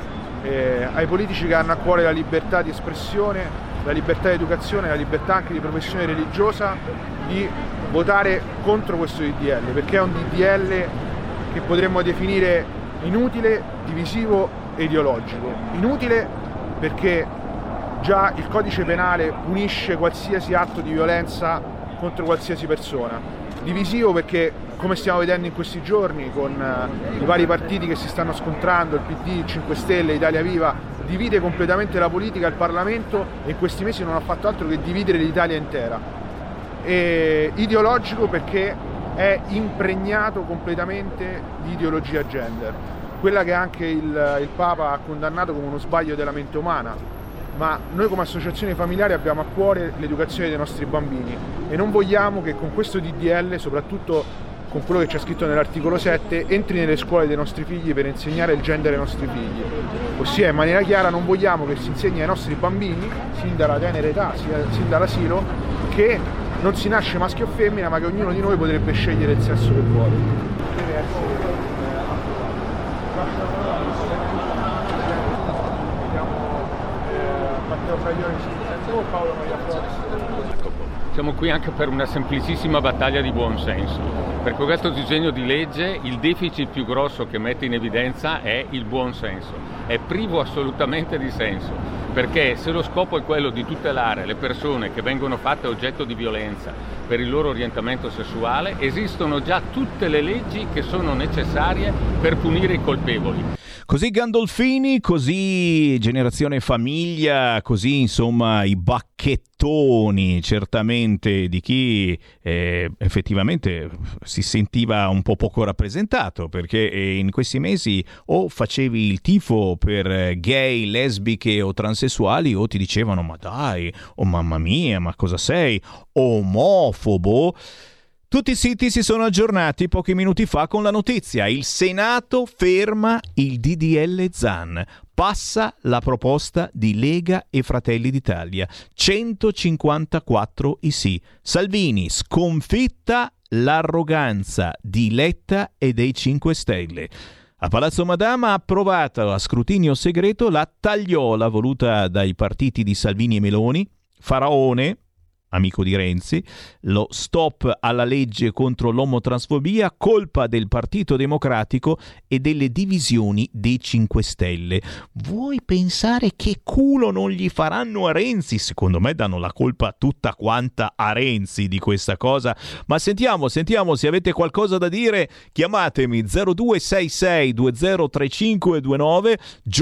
eh, ai politici che hanno a cuore la libertà di espressione, la libertà di educazione, la libertà anche di professione religiosa, di votare contro questo D D L, perché è un D D L che potremmo definire inutile, divisivo e ideologico. Inutile perché già il codice penale punisce qualsiasi atto di violenza contro qualsiasi persona. Divisivo perché, come stiamo vedendo in questi giorni con uh, i vari partiti che si stanno scontrando, il P D, il cinque Stelle, Italia Viva, divide completamente la politica, il Parlamento, e in questi mesi non ha fatto altro che dividere l'Italia intera. E ideologico perché è impregnato completamente di ideologia gender, quella che anche il, il Papa ha condannato come uno sbaglio della mente umana. Ma noi come associazione familiare abbiamo a cuore l'educazione dei nostri bambini e non vogliamo che con questo D D L, soprattutto con quello che c'è scritto nell'articolo sette, entri nelle scuole dei nostri figli per insegnare il gender ai nostri figli. Ossia, in maniera chiara, non vogliamo che si insegni ai nostri bambini, sin dalla tenera età, sin dall'asilo, che non si nasce maschio o femmina, ma che ognuno di noi potrebbe scegliere il sesso che vuole. Deve essere Paolo Maria Flores. Siamo qui anche per una semplicissima battaglia di buonsenso. Per questo disegno di legge il deficit più grosso che mette in evidenza è il buonsenso. È privo assolutamente di senso, perché se lo scopo è quello di tutelare le persone che vengono fatte oggetto di violenza per il loro orientamento sessuale, esistono già tutte le leggi che sono necessarie per punire i colpevoli. Così Gandolfini, così Generazione Famiglia, così insomma i bacchettoni certamente di chi eh, effettivamente si sentiva un po' poco rappresentato, perché in questi mesi o facevi il tifo per gay, lesbiche o transessuali o ti dicevano ma dai, oh mamma mia, ma cosa sei, omofobo. Tutti i siti si sono aggiornati pochi minuti fa con la notizia: il Senato ferma il D D L Zan, passa la proposta di Lega e Fratelli d'Italia, centocinquantaquattro i sì. Salvini sconfitta l'arroganza di Letta e dei cinque Stelle. A Palazzo Madama ha approvato a scrutinio segreto la tagliola voluta dai partiti di Salvini e Meloni. Faraone, amico di Renzi, lo stop alla legge contro l'omotransfobia, colpa del Partito Democratico e delle divisioni dei cinque Stelle. Vuoi pensare che culo non gli faranno a Renzi? Secondo me danno la colpa tutta quanta a Renzi di questa cosa. Ma sentiamo, sentiamo, se avete qualcosa da dire, chiamatemi zero due sei sei due zero tre cinque due nove.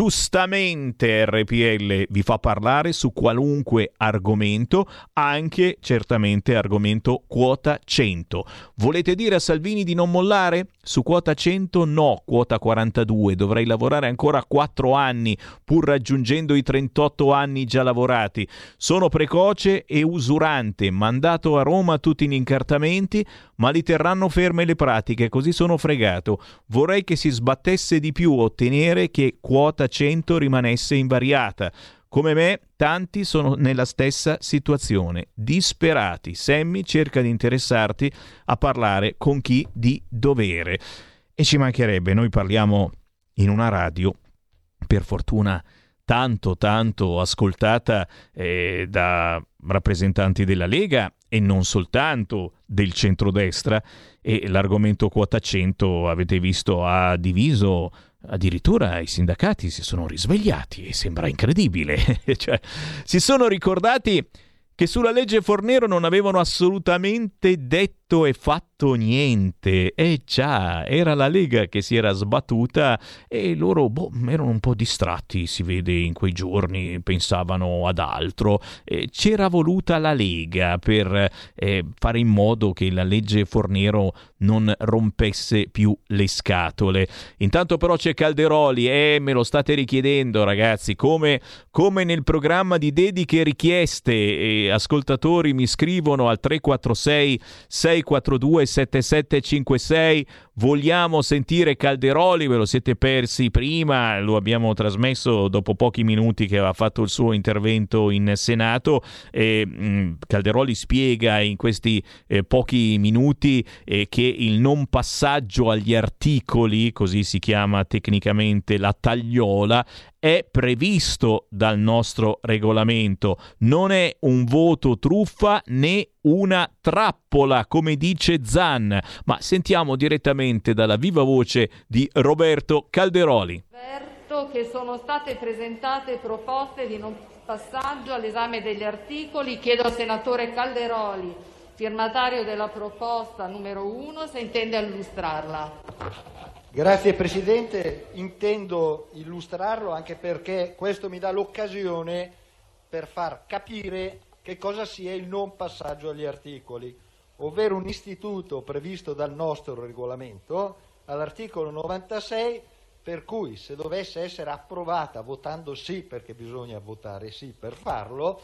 Giustamente R P L vi fa parlare su qualunque argomento, anche certamente argomento quota cento. Volete dire a Salvini di non mollare? Su quota cento no, quota quarantadue, dovrei lavorare ancora quattro anni pur raggiungendo i trentotto anni già lavorati. Sono precoce e usurante, mandato a Roma tutti in incartamenti, ma li terranno ferme le pratiche, così sono fregato. Vorrei che si sbattesse di più ottenere che quota cento rimanesse invariata. Come me, tanti sono nella stessa situazione, disperati. Sammy cerca di interessarti a parlare con chi di dovere. E ci mancherebbe, noi parliamo in una radio, per fortuna tanto tanto ascoltata eh, da rappresentanti della Lega e non soltanto del centrodestra, e l'argomento quota cento, avete visto, ha diviso. Addirittura i sindacati si sono risvegliati e sembra incredibile. Cioè, si sono ricordati che sulla legge Fornero non avevano assolutamente detto e fatto niente. E già, era la Lega che si era sbattuta e loro boh, erano un po' distratti, si vede in quei giorni, pensavano ad altro. E c'era voluta la Lega per eh, fare in modo che la legge Fornero non rompesse più le scatole. Intanto però c'è Calderoli, e eh, me lo state richiedendo ragazzi, come, come nel programma di dediche richieste. E ascoltatori mi scrivono al tre quattro sei sei quattro due sette sette cinque sei. Vogliamo sentire Calderoli, ve lo siete persi prima, lo abbiamo trasmesso dopo pochi minuti che aveva fatto il suo intervento in Senato. E, mh, Calderoli spiega in questi eh, pochi minuti eh, che il non passaggio agli articoli, così si chiama tecnicamente la tagliola, è previsto dal nostro regolamento, non è un voto truffa né una trappola, come dice Zan. Ma sentiamo direttamente dalla viva voce di Roberto Calderoli. Avverto che sono state presentate proposte di non passaggio all'esame degli articoli. Chiedo al senatore Calderoli, firmatario della proposta numero uno, se intende illustrarla. Grazie Presidente, intendo illustrarlo anche perché questo mi dà l'occasione per far capire che cosa sia il non passaggio agli articoli, ovvero un istituto previsto dal nostro regolamento all'articolo novantasei, per cui se dovesse essere approvata votando sì, perché bisogna votare sì per farlo,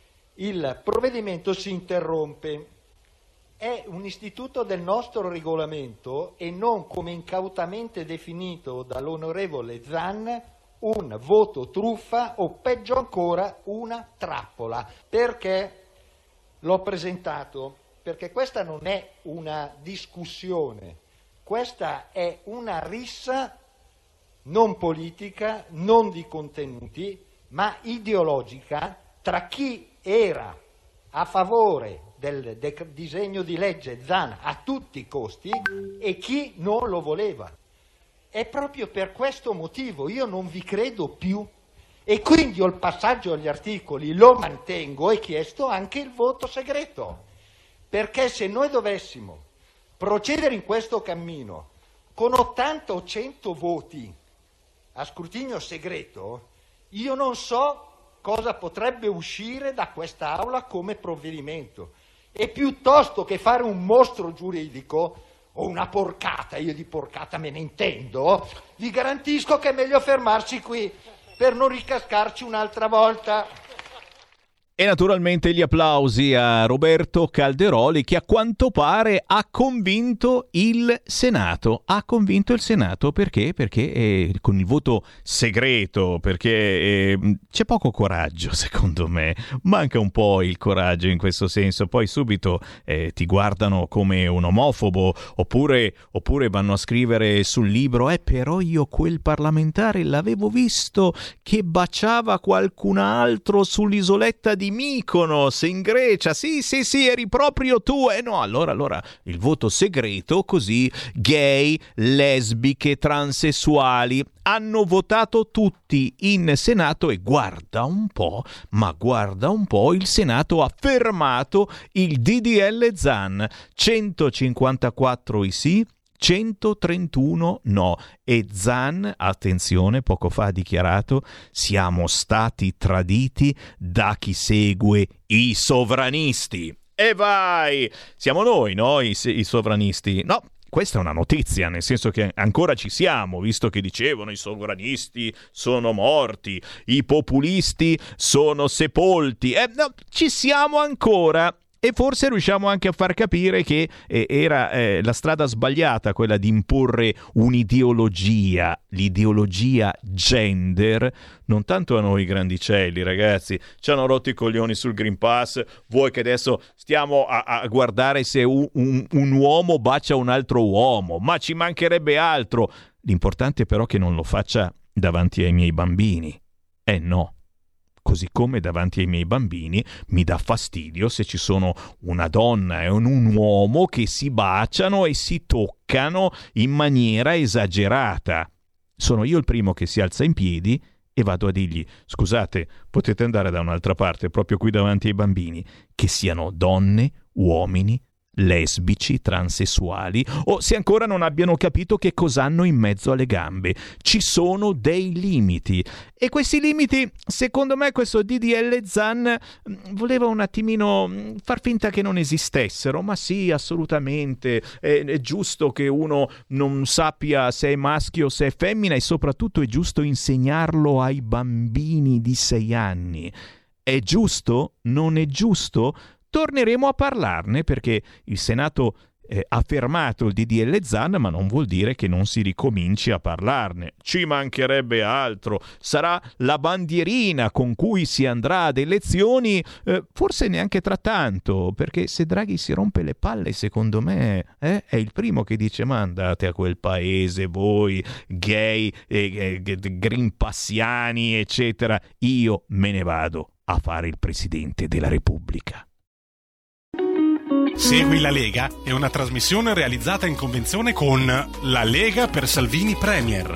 il provvedimento si interrompe. È un istituto del nostro regolamento e non, come incautamente definito dall'onorevole Zan, un voto truffa o peggio ancora una trappola. Perché l'ho presentato? Perché questa non è una discussione, questa è una rissa non politica, non di contenuti, ma ideologica tra chi era a favore del dec- disegno di legge Zan a tutti i costi e chi non lo voleva. È proprio per questo motivo io non vi credo più e quindi io il passaggio agli articoli lo mantengo e chiesto anche il voto segreto, perché se noi dovessimo procedere in questo cammino con ottanta o cento voti a scrutinio segreto, io non so cosa potrebbe uscire da questa aula come provvedimento. E piuttosto che fare un mostro giuridico o una porcata, io di porcata me ne intendo, vi garantisco che è meglio fermarci qui per non ricascarci un'altra volta. E naturalmente gli applausi a Roberto Calderoli, che a quanto pare ha convinto il Senato. Ha convinto il Senato perché? Perché eh, con il voto segreto, perché eh, c'è poco coraggio secondo me, manca un po' il coraggio in questo senso. Poi subito eh, ti guardano come un omofobo, oppure, oppure vanno a scrivere sul libro eh però io quel parlamentare l'avevo visto che baciava qualcun altro sull'isoletta di di Mykonos in Grecia. Sì, sì, sì, eri proprio tu. E eh no, allora, allora il voto segreto, così gay, lesbiche, transessuali hanno votato tutti in Senato e guarda un po', ma guarda un po', il Senato ha fermato il D D L Zan. centocinquantaquattro i sì, centotrentuno no. E Zan, attenzione, poco fa ha dichiarato: siamo stati traditi da chi segue i sovranisti. E vai! Siamo noi, no? I, i sovranisti. No, questa è una notizia, nel senso che ancora ci siamo, visto che dicevano i sovranisti sono morti, i populisti sono sepolti. Eh, no, ci siamo ancora. E forse riusciamo anche a far capire che eh, era eh, la strada sbagliata quella di imporre un'ideologia, l'ideologia gender, non tanto a noi grandicelli, ragazzi. Ci hanno rotto i coglioni sul Green Pass, vuoi che adesso stiamo a, a guardare se un, un, un uomo bacia un altro uomo, ma ci mancherebbe altro. L'importante però è che non lo faccia davanti ai miei bambini. Eh no. Così come davanti ai miei bambini mi dà fastidio se ci sono una donna e un, un uomo che si baciano e si toccano in maniera esagerata. Sono io il primo che si alza in piedi e vado a dirgli: scusate, potete andare da un'altra parte, proprio qui davanti ai bambini, che siano donne, uomini, lesbici, transessuali, o se ancora non abbiano capito che cosa hanno in mezzo alle gambe. Ci sono dei limiti e questi limiti, secondo me, questo D D L Zan voleva un attimino far finta che non esistessero. Ma sì, assolutamente, è, è giusto che uno non sappia se è maschio o se è femmina, e soprattutto è giusto insegnarlo ai bambini di sei anni. È giusto? Non è giusto? Torneremo a parlarne, perché il Senato eh, ha fermato il D D L Zan, ma non vuol dire che non si ricominci a parlarne. Ci mancherebbe altro. Sarà la bandierina con cui si andrà ad elezioni, eh, forse neanche tra tanto, perché se Draghi si rompe le palle, secondo me eh, è il primo che dice: ma andate a quel paese voi gay, eh, eh, green passiani, eccetera. Io me ne vado a fare il Presidente della Repubblica. Segui la Lega è una trasmissione realizzata in convenzione con La Lega per Salvini Premier.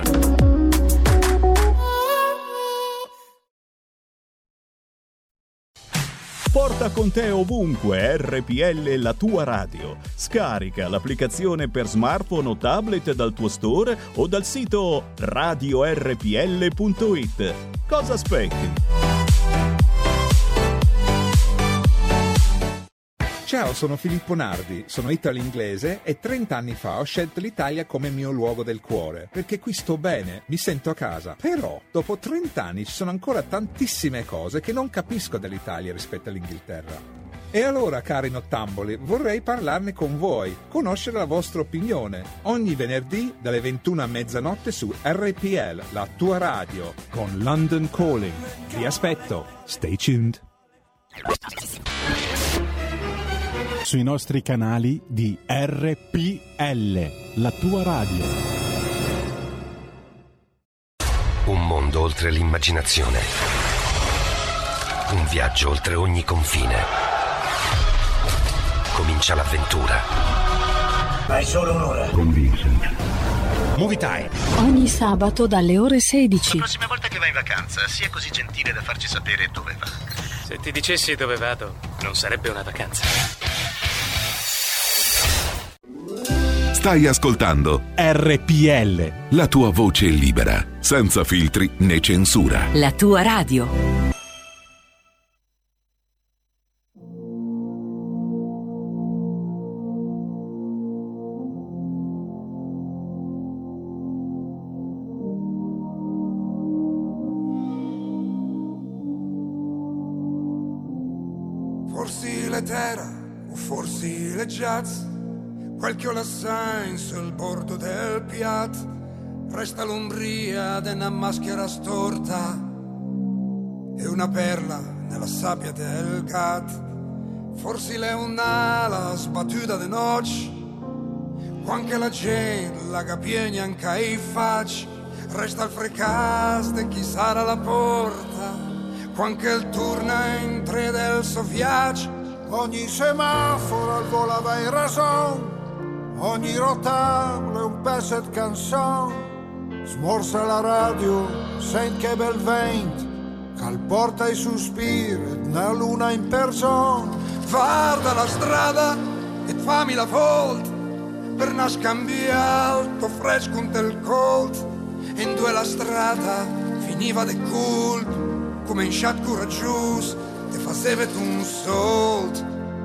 Porta con te ovunque R P L, la tua radio. Scarica l'applicazione per smartphone o tablet dal tuo store o dal sito radio R P L punto it. Cosa aspetti? Ciao, sono Filippo Nardi, sono italo-inglese e trenta anni fa ho scelto l'Italia come mio luogo del cuore, perché qui sto bene, mi sento a casa. Però, dopo trenta anni ci sono ancora tantissime cose che non capisco dell'Italia rispetto all'Inghilterra. E allora, cari nottamboli, vorrei parlarne con voi, conoscere la vostra opinione. Ogni venerdì dalle ventuno a mezzanotte su R P L, la tua radio, con London Calling. Vi aspetto. Stay tuned. Sui nostri canali di R P L, la tua radio. Un mondo oltre l'immaginazione. Un viaggio oltre ogni confine. Comincia l'avventura. Hai solo un'ora. Con Vincent. Movie Time. Ogni sabato dalle ore sedici. La prossima volta che vai in vacanza, sia così gentile da farci sapere dove va. Se ti dicessi dove vado, non sarebbe una vacanza. Stai ascoltando R P L, la tua voce libera, senza filtri né censura. La tua radio. Forse l'etera o forse le jazz, quel che ho la senso il bordo del piat, resta l'ombria di una maschera storta e una perla nella sabbia del gat. Forse è un'ala sbattuta di noce, quando la gente la capiegna anche ai facci, resta il fracas di chi sarà la porta, Quand quel tourna in tre del suo viaggio, ogni semaforo al vola va in rason, ogni rotabile un pezzo de canzone. Smorza la radio, sent che bel vent, cal porta i sospiri una luna in persona. Guarda la strada e fammi la volta per non scambiare il tuo fresco con il colt. In due la strada finiva de cult, come in chat coraggioso te facevi un sold.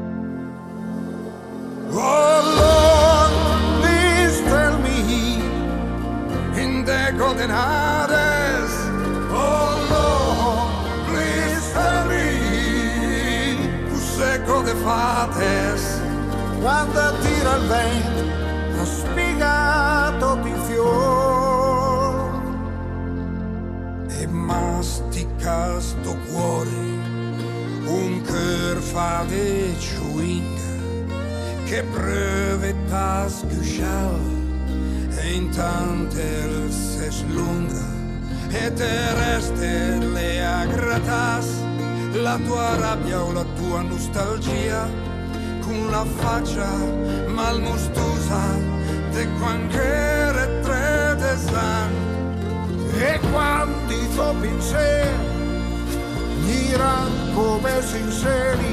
Oh Lord, please tell me in the golden Hades. Oh Lord, please tell me who secco de fates. Quando tira il vento ha spiegato di fior e mastica sto cuore un cœur fa de chewing che brevetta schiusciava e intanto el se slunga e te reste le aggratas la tua rabbia o la tua nostalgia con la faccia malmostosa de qualche tre desan. E quando i tuoi pensieri giran come sinceri,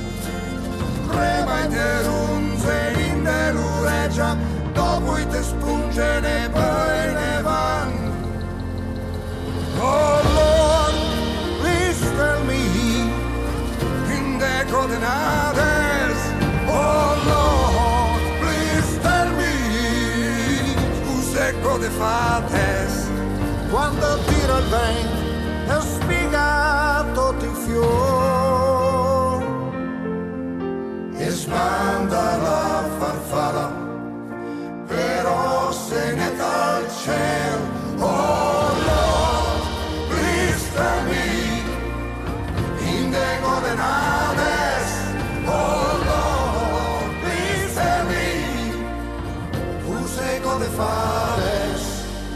prima te runze in delureggia, dopo te spunge ne poi ne van. Oh Lord, please tell me in the golden Hades. Oh Lord, please tell me who secco de fates. Quando tira il vento è spiegato di fior e sbanda la farfalla, però se ne dal cielo. Oh Lord, please tell me in the golden Hades. Oh Lord, please tell me who secco de fates.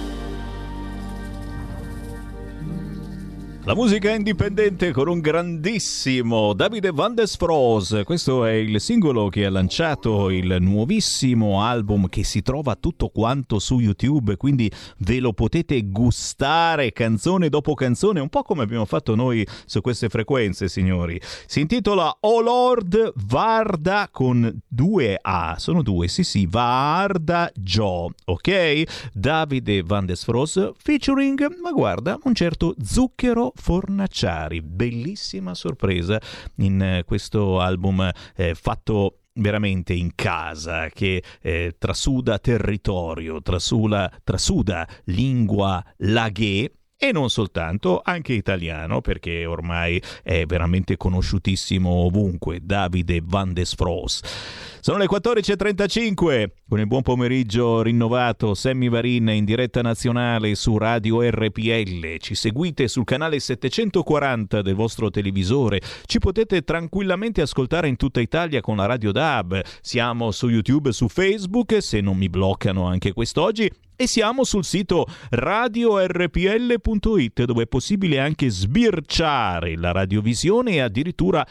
La musica indipendente con un grandissimo Davide Van der Sproos. Questo è il singolo che ha lanciato il nuovissimo album che si trova tutto quanto su YouTube, quindi ve lo potete gustare canzone dopo canzone, un po' come abbiamo fatto noi su queste frequenze, signori. Si intitola O Lord Varda con due A, sono due, sì sì, Varda Joe, ok? Davide Van der Sproos featuring, ma guarda, un certo Zucchero Fornaciari, bellissima sorpresa in eh, questo album eh, fatto veramente in casa, che eh, trasuda territorio, trasuda, trasuda lingua laghè e non soltanto, anche italiano, perché ormai è veramente conosciutissimo ovunque, Davide Van der Sproos. Sono le quattordici e trentacinque, con il buon pomeriggio rinnovato, Sammy Varin in diretta nazionale su Radio R P L. Ci seguite sul canale settecentoquaranta del vostro televisore, ci potete tranquillamente ascoltare in tutta Italia con la Radio D A B. Siamo su YouTube e su Facebook, se non mi bloccano anche quest'oggi. E siamo sul sito radio r p l punto i t, dove è possibile anche sbirciare la radiovisione e addirittura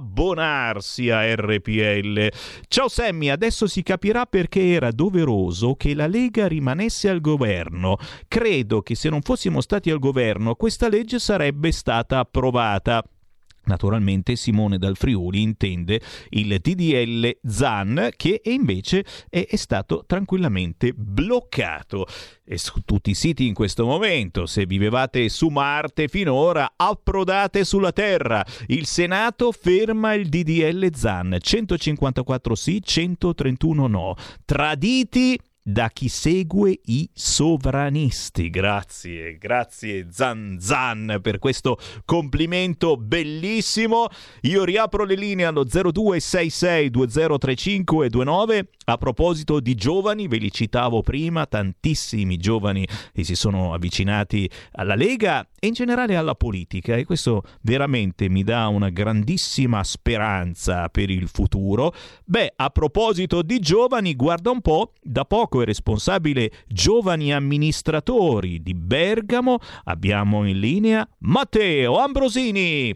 abbonarsi a R P L. Ciao Sammy, adesso si capirà perché era doveroso che la Lega rimanesse al governo. Credo che se non fossimo stati al governo questa legge sarebbe stata approvata. Naturalmente Simone dal Friuli intende il D D L Zan, che invece è, è stato tranquillamente bloccato. E su tutti i siti in questo momento, se vivevate su Marte finora, approdate sulla Terra. Il Senato ferma il D D L Zan, centocinquantaquattro sì, centotrentuno no. Traditi da chi segue i sovranisti. Grazie, grazie Zan Zan per questo complimento bellissimo. Io riapro le linee allo zero due sei sei due zero tre cinque due nove. A proposito di giovani, ve li citavo prima, tantissimi giovani che si sono avvicinati alla Lega e in generale alla politica, e questo veramente mi dà una grandissima speranza per il futuro. Beh, a proposito di giovani, guarda un po', da poco è responsabile giovani amministratori di Bergamo. Abbiamo in linea Matteo Ambrosini.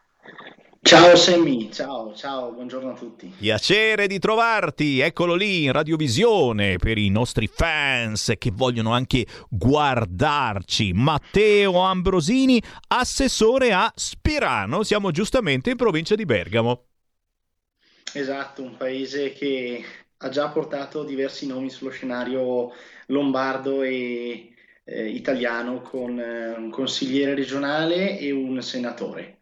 Ciao Sammy, ciao, ciao, buongiorno a tutti. Piacere di trovarti, eccolo lì in radiovisione per i nostri fans che vogliono anche guardarci. Matteo Ambrosini, assessore a Spirano, siamo giustamente in provincia di Bergamo. Esatto, un paese che ha già portato diversi nomi sullo scenario lombardo e eh, italiano, con eh, un consigliere regionale e un senatore.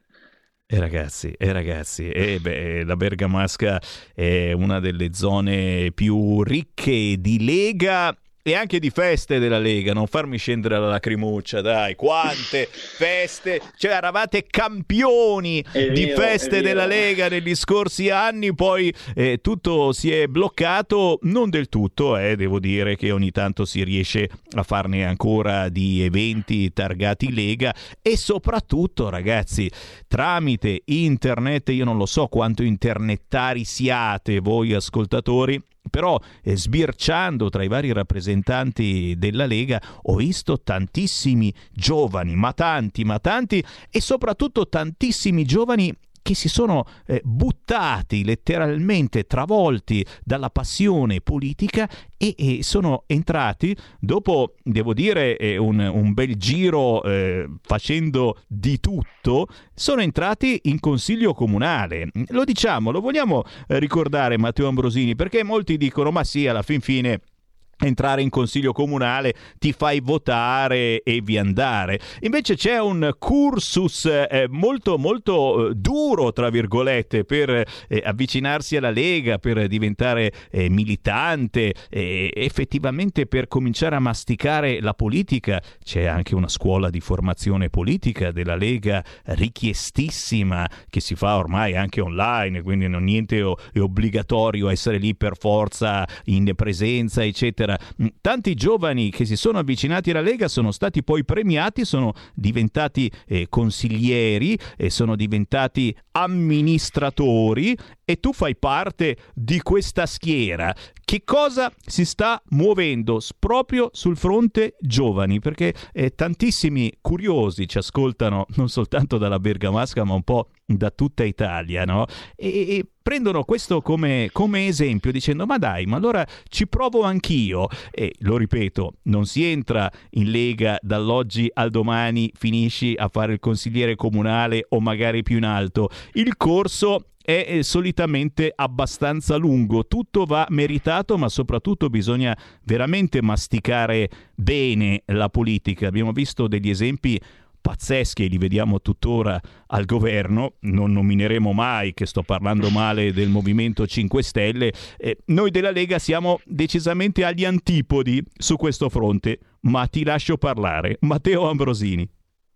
E ragazzi, e ragazzi, e beh, la Bergamasca è una delle zone più ricche di Lega e anche di feste della Lega, non farmi scendere la lacrimuccia, dai, quante feste, cioè eravate campioni È di vero, feste è della vero. Lega negli scorsi anni, poi eh, tutto si è bloccato, non del tutto, eh, devo dire che ogni tanto si riesce a farne ancora di eventi targati Lega, e soprattutto ragazzi, tramite internet, io non lo so quanto internettari siate voi ascoltatori, però eh, sbirciando tra i vari rappresentanti della Lega ho visto tantissimi giovani, ma tanti, ma tanti, e soprattutto tantissimi giovani che si sono eh, buttati letteralmente, travolti dalla passione politica e, e sono entrati dopo, devo dire, eh, un, un bel giro eh, facendo di tutto, sono entrati in consiglio comunale. Lo diciamo, lo vogliamo eh, ricordare Matteo Ambrosini, perché molti dicono ma sì, alla fin fine entrare in consiglio comunale ti fai votare e vi andare. Invece c'è un cursus eh, molto molto eh, duro tra virgolette per eh, avvicinarsi alla Lega, per diventare eh, militante, e effettivamente per cominciare a masticare la politica. C'è anche una scuola di formazione politica della Lega richiestissima, che si fa ormai anche online, quindi non niente o- è obbligatorio essere lì per forza in presenza eccetera. Tanti giovani che si sono avvicinati alla Lega sono stati poi premiati, sono diventati eh, consiglieri e sono diventati amministratori, e tu fai parte di questa schiera. Che cosa si sta muovendo proprio sul fronte giovani? Perché eh, tantissimi curiosi ci ascoltano non soltanto dalla Bergamasca ma un po' da tutta Italia, no? E, e prendono questo come, come esempio dicendo ma dai, ma allora ci provo anch'io. E lo ripeto, non si entra in Lega dall'oggi al domani, finisci a fare il consigliere comunale o magari più in alto. Il corso è solitamente abbastanza lungo, tutto va meritato, ma soprattutto bisogna veramente masticare bene la politica. Abbiamo visto degli esempi pazzeschi e li vediamo tuttora al governo, non nomineremo mai che sto parlando male del Movimento cinque Stelle, eh, noi della Lega siamo decisamente agli antipodi su questo fronte, ma ti lascio parlare. Matteo Ambrosini.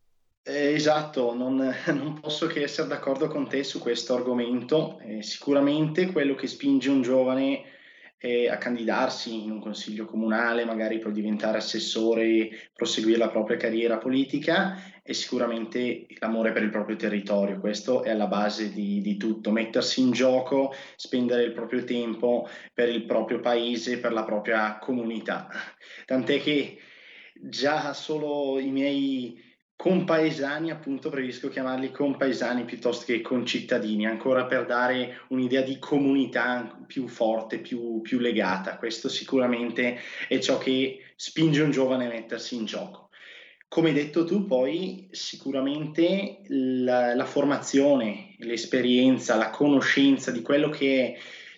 Eh, esatto, non, non posso che essere d'accordo con te su questo argomento. Eh, sicuramente quello che spinge un giovane eh, a candidarsi in un consiglio comunale, magari per diventare assessore e proseguire la propria carriera politica, è sicuramente l'amore per il proprio territorio. Questo è alla base di, di tutto, mettersi in gioco, spendere il proprio tempo per il proprio paese, per la propria comunità. Tant'è che già solo i miei compaesani, appunto preferisco chiamarli compaesani piuttosto che concittadini, ancora per dare un'idea di comunità più forte, più, più legata. Questo sicuramente è ciò che spinge un giovane a mettersi in gioco. Come hai detto tu, poi sicuramente la, la formazione, l'esperienza, la conoscenza di quello che è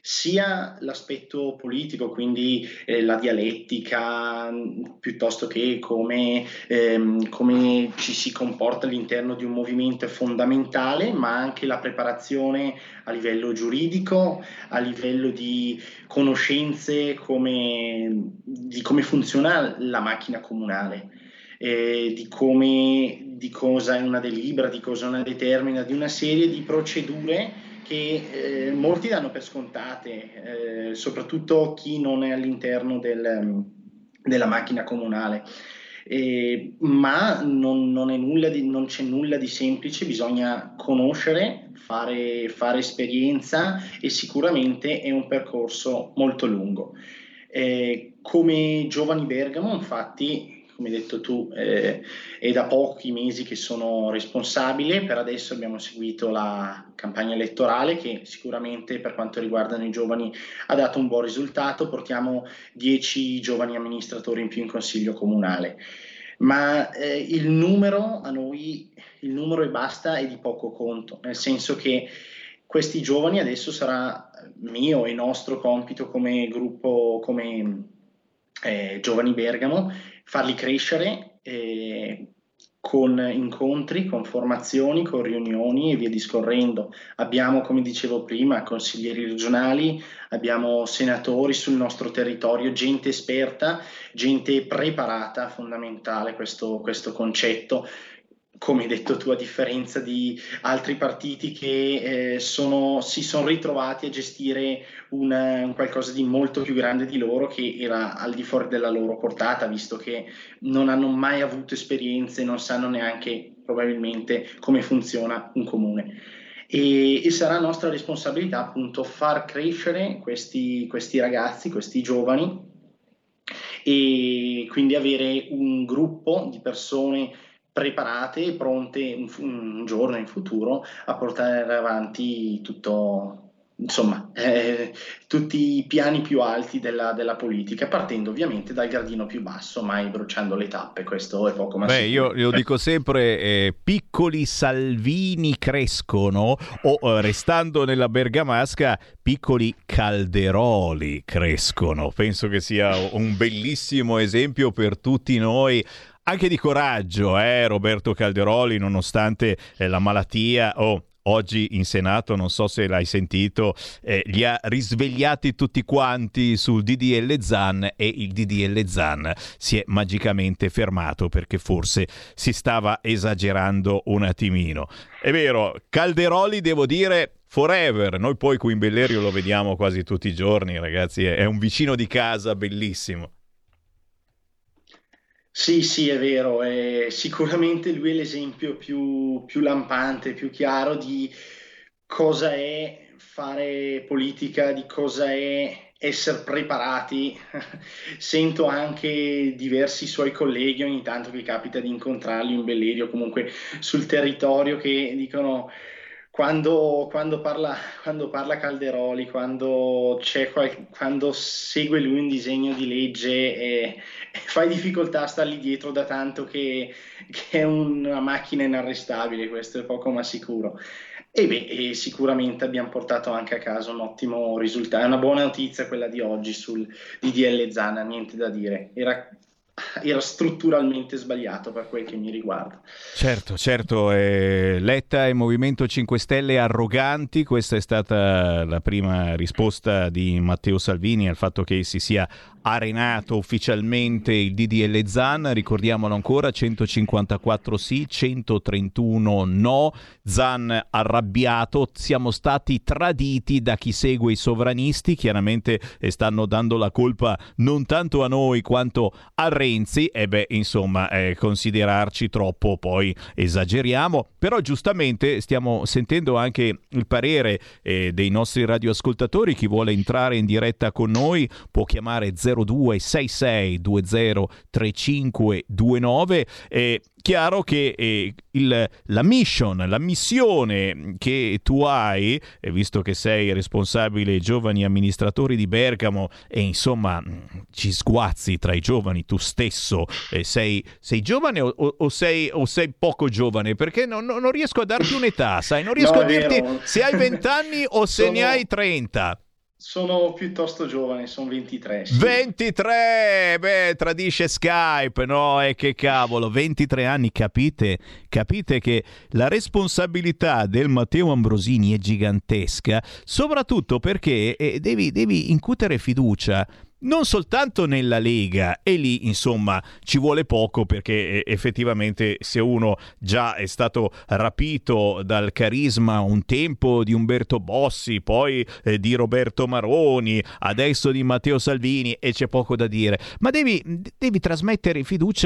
sia l'aspetto politico, quindi eh, la dialettica, piuttosto che come, ehm, come ci si comporta all'interno di un movimento è fondamentale, ma anche la preparazione a livello giuridico, a livello di conoscenze come, di come funziona la macchina comunale. Eh, di come, di cosa è una delibera, di cosa è una determina, di una serie di procedure che eh, molti danno per scontate, eh, soprattutto chi non è all'interno del, della macchina comunale. Eh, ma non, non, è nulla di, non c'è nulla di semplice, bisogna conoscere, fare, fare esperienza e sicuramente è un percorso molto lungo. Eh, come Giovani Bergamo, infatti, come hai detto tu, eh, è da pochi mesi che sono responsabile. Per adesso abbiamo seguito la campagna elettorale che sicuramente per quanto riguardano i giovani ha dato un buon risultato. Portiamo dieci giovani amministratori in più in consiglio comunale, ma eh, il numero a noi, il numero e basta, è di poco conto, nel senso che questi giovani adesso sarà mio e nostro compito come gruppo, come eh, Giovani Bergamo, farli crescere eh, con incontri, con formazioni, con riunioni e via discorrendo. Abbiamo, come dicevo prima, consiglieri regionali, abbiamo senatori sul nostro territorio, gente esperta, gente preparata, fondamentale questo, questo concetto. Come hai detto tu, a differenza di altri partiti che eh, sono, si sono ritrovati a gestire una, un qualcosa di molto più grande di loro, che era al di fuori della loro portata, visto che non hanno mai avuto esperienze, non sanno neanche probabilmente come funziona un comune. E, e sarà nostra responsabilità appunto far crescere questi, questi ragazzi, questi giovani, e quindi avere un gruppo di persone preparate e pronte un, un giorno in futuro a portare avanti tutto, insomma, eh, tutti i piani più alti della, della politica, partendo ovviamente dal gradino più basso, mai bruciando le tappe. Questo è poco ma Beh, io lo dico sempre, eh, piccoli Salvini crescono, o eh, restando nella bergamasca, piccoli Calderoli crescono. Penso che sia un bellissimo esempio per tutti noi, anche di coraggio, eh, Roberto Calderoli, nonostante eh, la malattia. Oh, oggi in Senato, non so se l'hai sentito, eh, li ha risvegliati tutti quanti sul D D L Zan, e il D D L Zan si è magicamente fermato perché forse si stava esagerando un attimino. È vero, Calderoli, devo dire, forever. Noi poi qui in Bellerio lo vediamo quasi tutti i giorni, ragazzi, è, è un vicino di casa bellissimo. Sì, sì, è vero, è sicuramente lui è l'esempio più, più lampante, più chiaro di cosa è fare politica, di cosa è essere preparati. Sento anche diversi suoi colleghi ogni tanto che capita di incontrarli in Bellerio, comunque sul territorio, che dicono quando, quando, parla, quando parla Calderoli, quando, c'è qual- quando segue lui un disegno di legge e, e fai difficoltà a stargli dietro, da tanto che, che è una macchina inarrestabile, questo è poco ma sicuro. E beh, e sicuramente abbiamo portato anche a casa un ottimo risultato. È una buona notizia quella di oggi sul D D L Zan, niente da dire. Era era strutturalmente sbagliato per quel che mi riguarda. Certo, certo, eh, Letta e Movimento cinque Stelle arroganti, questa è stata la prima risposta di Matteo Salvini al fatto che si sia arenato ufficialmente il D D L Zan. Ricordiamolo ancora, centocinquantaquattro sì, centotrentuno no, Zan arrabbiato, siamo stati traditi da chi segue i sovranisti, chiaramente stanno dando la colpa non tanto a noi quanto a Renzi, e beh, insomma, eh, considerarci troppo poi esageriamo, però giustamente stiamo sentendo anche il parere eh, dei nostri radioascoltatori. Chi vuole entrare in diretta con noi può chiamare zero due sei sei due zero tre cinque due nove. È chiaro che eh, il, la mission, la missione che tu hai, eh, visto che sei responsabile giovani amministratori di Bergamo e insomma ci sguazzi tra i giovani tu stesso, eh, sei, sei giovane o, o, sei, o sei poco giovane? Perché non, non riesco a darti un'età, sai, non riesco No, a dirti vero. se hai vent'anni o se Sono- ne hai trenta. Sono piuttosto giovane, sono ventitré. Sì. ventitré, beh, tradisce Skype, no? E che cavolo, ventitré anni, capite? Capite che la responsabilità del Matteo Ambrosini è gigantesca, soprattutto perché eh, devi, devi incutere fiducia non soltanto nella Lega, e lì insomma ci vuole poco, perché eh, effettivamente se uno già è stato rapito dal carisma un tempo di Umberto Bossi, poi eh, di Roberto Maroni, adesso di Matteo Salvini, e c'è poco da dire, ma devi, devi trasmettere fiducia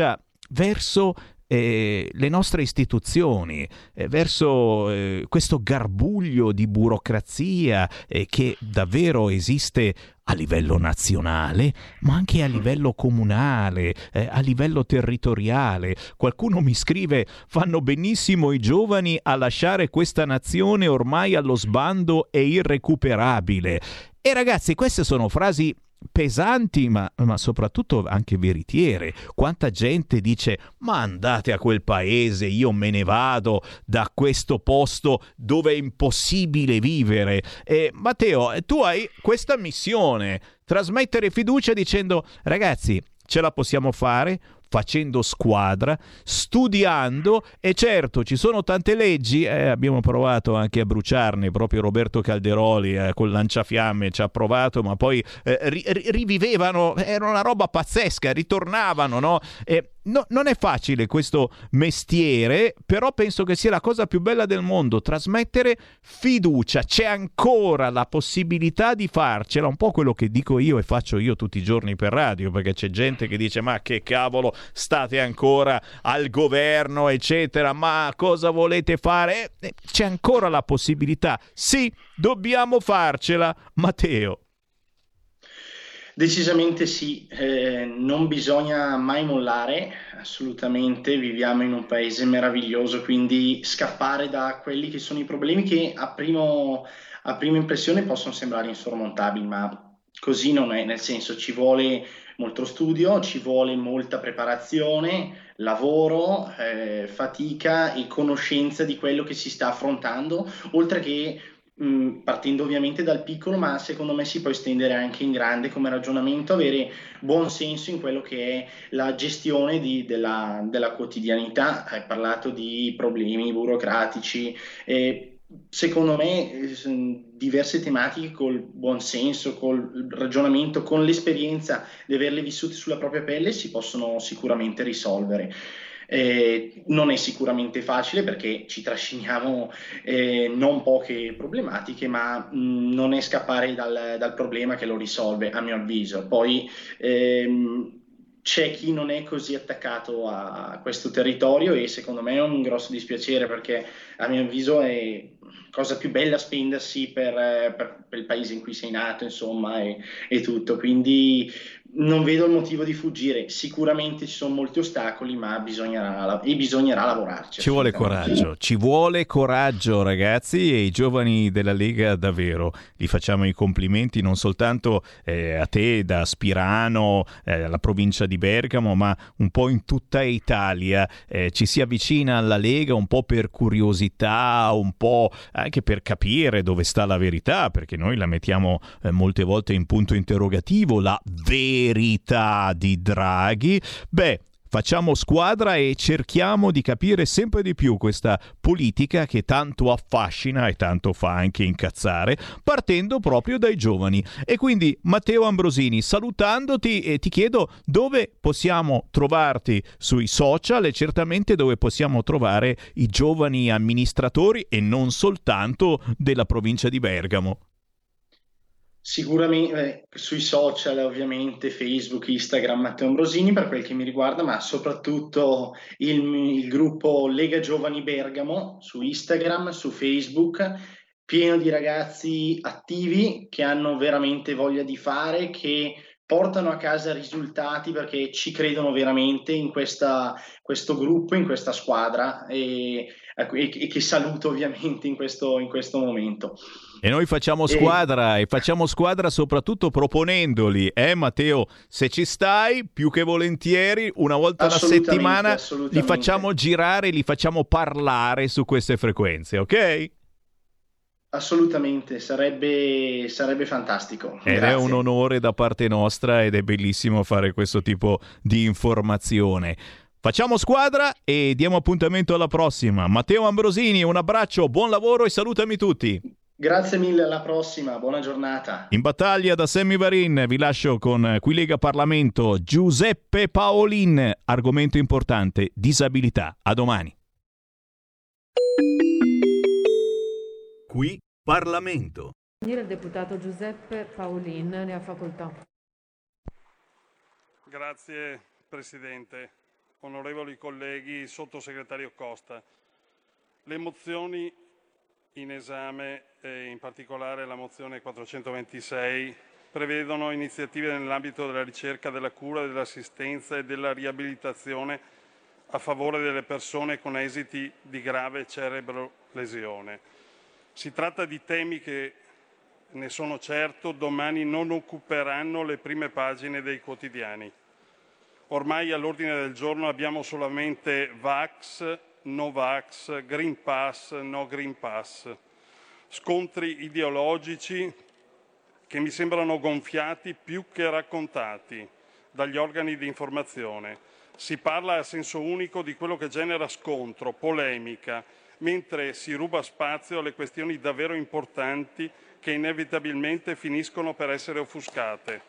verso Eh, le nostre istituzioni, eh, verso eh, questo garbuglio di burocrazia eh, che davvero esiste a livello nazionale, ma anche a livello comunale, eh, a livello territoriale. Qualcuno mi scrive: fanno benissimo i giovani a lasciare questa nazione ormai allo sbando e irrecuperabile. E ragazzi, queste sono frasi pesanti, ma, ma soprattutto anche veritiere. Quanta gente dice: ma andate a quel paese, io me ne vado da questo posto dove è impossibile vivere. E Matteo, tu hai questa missione: trasmettere fiducia dicendo: ragazzi, ce la possiamo fare, facendo squadra, studiando. E certo, ci sono tante leggi, eh, abbiamo provato anche a bruciarne, proprio Roberto Calderoli eh, col lanciafiamme ci ha provato, ma poi eh, ri- rivivevano, era una roba pazzesca, ritornavano, no? E no, non è facile questo mestiere, però penso che sia la cosa più bella del mondo, trasmettere fiducia. C'è ancora la possibilità di farcela, un po' quello che dico io e faccio io tutti i giorni per radio, perché c'è gente che dice: ma che cavolo, state ancora al governo, eccetera, ma cosa volete fare? Eh, c'è ancora la possibilità, sì, dobbiamo farcela. Matteo. Decisamente sì, eh, non bisogna mai mollare, assolutamente, viviamo in un paese meraviglioso, quindi scappare da quelli che sono i problemi che a, primo, a prima impressione possono sembrare insormontabili, ma così non è, nel senso ci vuole molto studio, ci vuole molta preparazione, lavoro, eh, fatica e conoscenza di quello che si sta affrontando, oltre che partendo ovviamente dal piccolo, ma secondo me si può estendere anche in grande come ragionamento, avere buon senso in quello che è la gestione di, della, della quotidianità. Hai parlato di problemi burocratici, eh, secondo me eh, diverse tematiche col buon senso, col ragionamento, con l'esperienza di averle vissute sulla propria pelle si possono sicuramente risolvere. Eh, non è sicuramente facile perché ci trasciniamo eh, non poche problematiche, ma mh, non è scappare dal, dal problema che lo risolve, a mio avviso. Poi ehm, c'è chi non è così attaccato a questo territorio e secondo me è un grosso dispiacere, perché a mio avviso è cosa più bella spendersi per, per, per il paese in cui sei nato, insomma, e, e tutto. Quindi non vedo il motivo di fuggire. Sicuramente ci sono molti ostacoli, ma bisognerà, e bisognerà lavorarci. Ci vuole coraggio, ci vuole coraggio, ragazzi, e i giovani della Lega davvero gli facciamo i complimenti, non soltanto eh, a te da Spirano, eh, alla provincia di Bergamo, ma un po' in tutta Italia. Eh, ci si avvicina alla Lega un po' per curiosità, un po' anche per capire dove sta la verità, perché noi la mettiamo eh, molte volte in punto interrogativo, la verità di Draghi. Beh, facciamo squadra e cerchiamo di capire sempre di più questa politica che tanto affascina e tanto fa anche incazzare, partendo proprio dai giovani. E quindi, Matteo Ambrosini, salutandoti, e ti chiedo dove possiamo trovarti sui social e certamente dove possiamo trovare i giovani amministratori e non soltanto della provincia di Bergamo. Sicuramente eh, sui social, ovviamente Facebook, Instagram, Matteo Ambrosini per quel che mi riguarda, ma soprattutto il, il gruppo Lega Giovani Bergamo su Instagram, su Facebook, pieno di ragazzi attivi che hanno veramente voglia di fare, che portano a casa risultati perché ci credono veramente in questa, questo gruppo, in questa squadra, e, e, e che saluto ovviamente in questo, in questo momento. E noi facciamo squadra e... e facciamo squadra soprattutto proponendoli, eh Matteo? Se ci stai, più che volentieri, una volta alla settimana li facciamo girare, li facciamo parlare su queste frequenze, ok? Assolutamente, sarebbe, sarebbe fantastico. Ed Grazie. È un onore da parte nostra ed è bellissimo fare questo tipo di informazione. Facciamo squadra e diamo appuntamento alla prossima. Matteo Ambrosini, un abbraccio, buon lavoro e salutami tutti. Grazie mille, alla prossima, buona giornata. In battaglia da Sammy Varin vi lascio con Qui Lega Parlamento Giuseppe Paolin, argomento importante, disabilità. A domani. Qui Parlamento. Il deputato Giuseppe Paolin ne ha facoltà. Grazie Presidente. onorevoli colleghi, sottosegretario Costa, le mozioni in esame, e in particolare la mozione quattrocentoventisei, prevedono iniziative nell'ambito della ricerca, della cura, dell'assistenza e della riabilitazione a favore delle persone con esiti di grave cerebrolesione. Si tratta di temi che, ne sono certo, domani non occuperanno le prime pagine dei quotidiani. Ormai all'ordine del giorno abbiamo solamente Vax, no Vax, Green Pass, no Green Pass. Scontri ideologici che mi sembrano gonfiati più che raccontati dagli organi di informazione. Si parla a senso unico di quello che genera scontro, polemica, mentre si ruba spazio alle questioni davvero importanti che inevitabilmente finiscono per essere offuscate.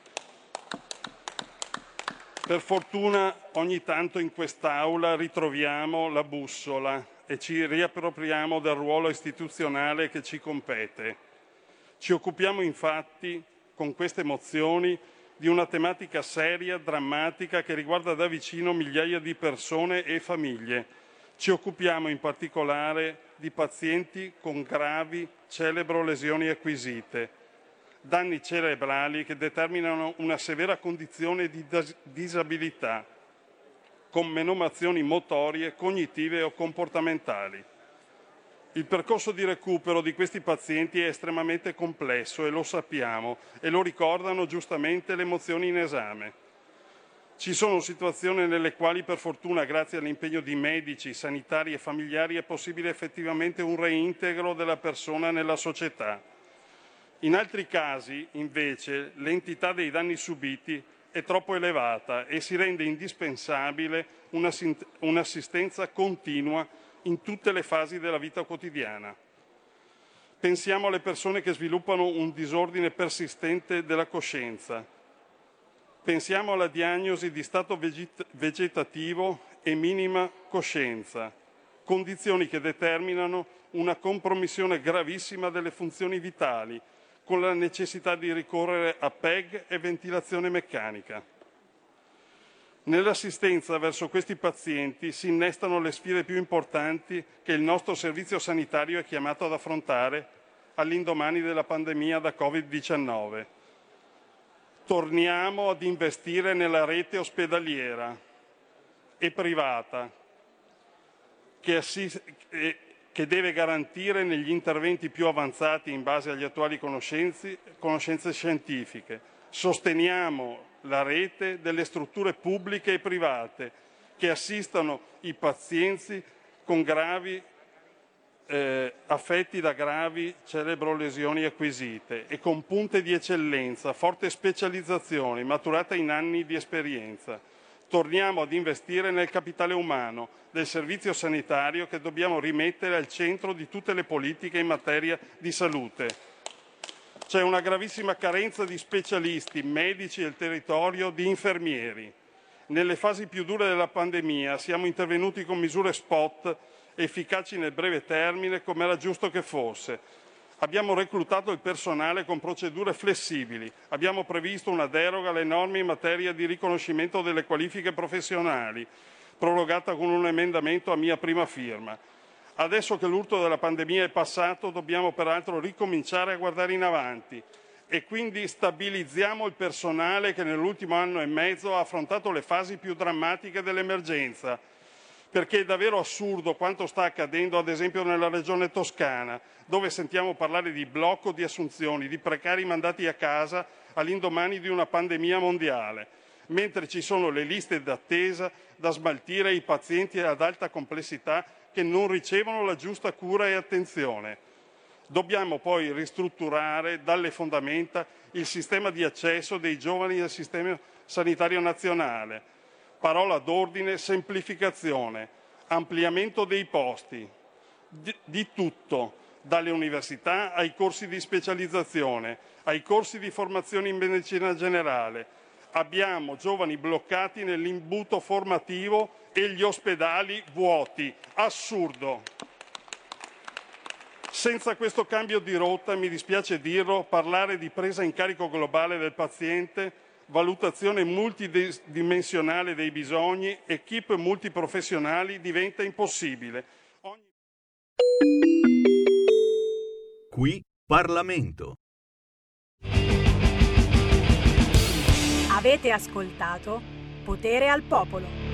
Per fortuna ogni tanto in quest'Aula ritroviamo la bussola e ci riappropriamo del ruolo istituzionale che ci compete. Ci occupiamo infatti con queste mozioni di una tematica seria, drammatica, che riguarda da vicino migliaia di persone e famiglie. Ci occupiamo in particolare di pazienti con gravi cerebrolesioni acquisite, danni cerebrali che determinano una severa condizione di disabilità, con menomazioni motorie, cognitive o comportamentali. Il percorso di recupero di questi pazienti è estremamente complesso e lo sappiamo, e lo ricordano giustamente le mozioni in esame. Ci sono situazioni nelle quali, per fortuna, grazie all'impegno di medici, sanitari e familiari, è possibile effettivamente un reintegro della persona nella società. In altri casi, invece, l'entità dei danni subiti è troppo elevata e si rende indispensabile un'assistenza continua in tutte le fasi della vita quotidiana. Pensiamo alle persone che sviluppano un disordine persistente della coscienza. Pensiamo alla diagnosi di stato veget- vegetativo e minima coscienza, condizioni che determinano una compromissione gravissima delle funzioni vitali, con la necessità di ricorrere a P E G e ventilazione meccanica. Nell'assistenza verso questi pazienti si innestano le sfide più importanti che il nostro servizio sanitario è chiamato ad affrontare all'indomani della pandemia da Covid diciannove. Torniamo ad investire nella rete ospedaliera e privata che, assist- che deve garantire negli interventi più avanzati in base agli attuali conoscenze, conoscenze scientifiche. Sosteniamo la rete delle strutture pubbliche e private che assistano i pazienti con gravi eh, affetti da gravi cerebrolesioni acquisite e con punte di eccellenza, forte specializzazione maturata in anni di esperienza. Torniamo ad investire nel capitale umano del servizio sanitario che dobbiamo rimettere al centro di tutte le politiche in materia di salute. C'è una gravissima carenza di specialisti, medici del territorio, di infermieri. Nelle fasi più dure della pandemia siamo intervenuti con misure spot efficaci nel breve termine, come era giusto che fosse. Abbiamo reclutato il personale con procedure flessibili. Abbiamo previsto una deroga alle norme in materia di riconoscimento delle qualifiche professionali, prorogata con un emendamento a mia prima firma. Adesso che l'urto della pandemia è passato, dobbiamo peraltro ricominciare a guardare in avanti e quindi stabilizziamo il personale che nell'ultimo anno e mezzo ha affrontato le fasi più drammatiche dell'emergenza, perché è davvero assurdo quanto sta accadendo ad esempio nella regione Toscana, dove sentiamo parlare di blocco di assunzioni, di precari mandati a casa all'indomani di una pandemia mondiale, mentre ci sono le liste d'attesa da smaltire ai pazienti ad alta complessità che non ricevono la giusta cura e attenzione. Dobbiamo poi ristrutturare dalle fondamenta il sistema di accesso dei giovani al sistema sanitario nazionale. Parola d'ordine: semplificazione, ampliamento dei posti, di, di tutto, dalle università ai corsi di specializzazione, ai corsi di formazione in medicina generale. Abbiamo giovani bloccati nell'imbuto formativo e gli ospedali vuoti. Assurdo. Senza questo cambio di rotta, mi dispiace dirlo, parlare di presa in carico globale del paziente valutazione multidimensionale dei bisogni, equip multiprofessionali diventa impossibile. Ogni... Qui Parlamento. Avete ascoltato Potere al Popolo.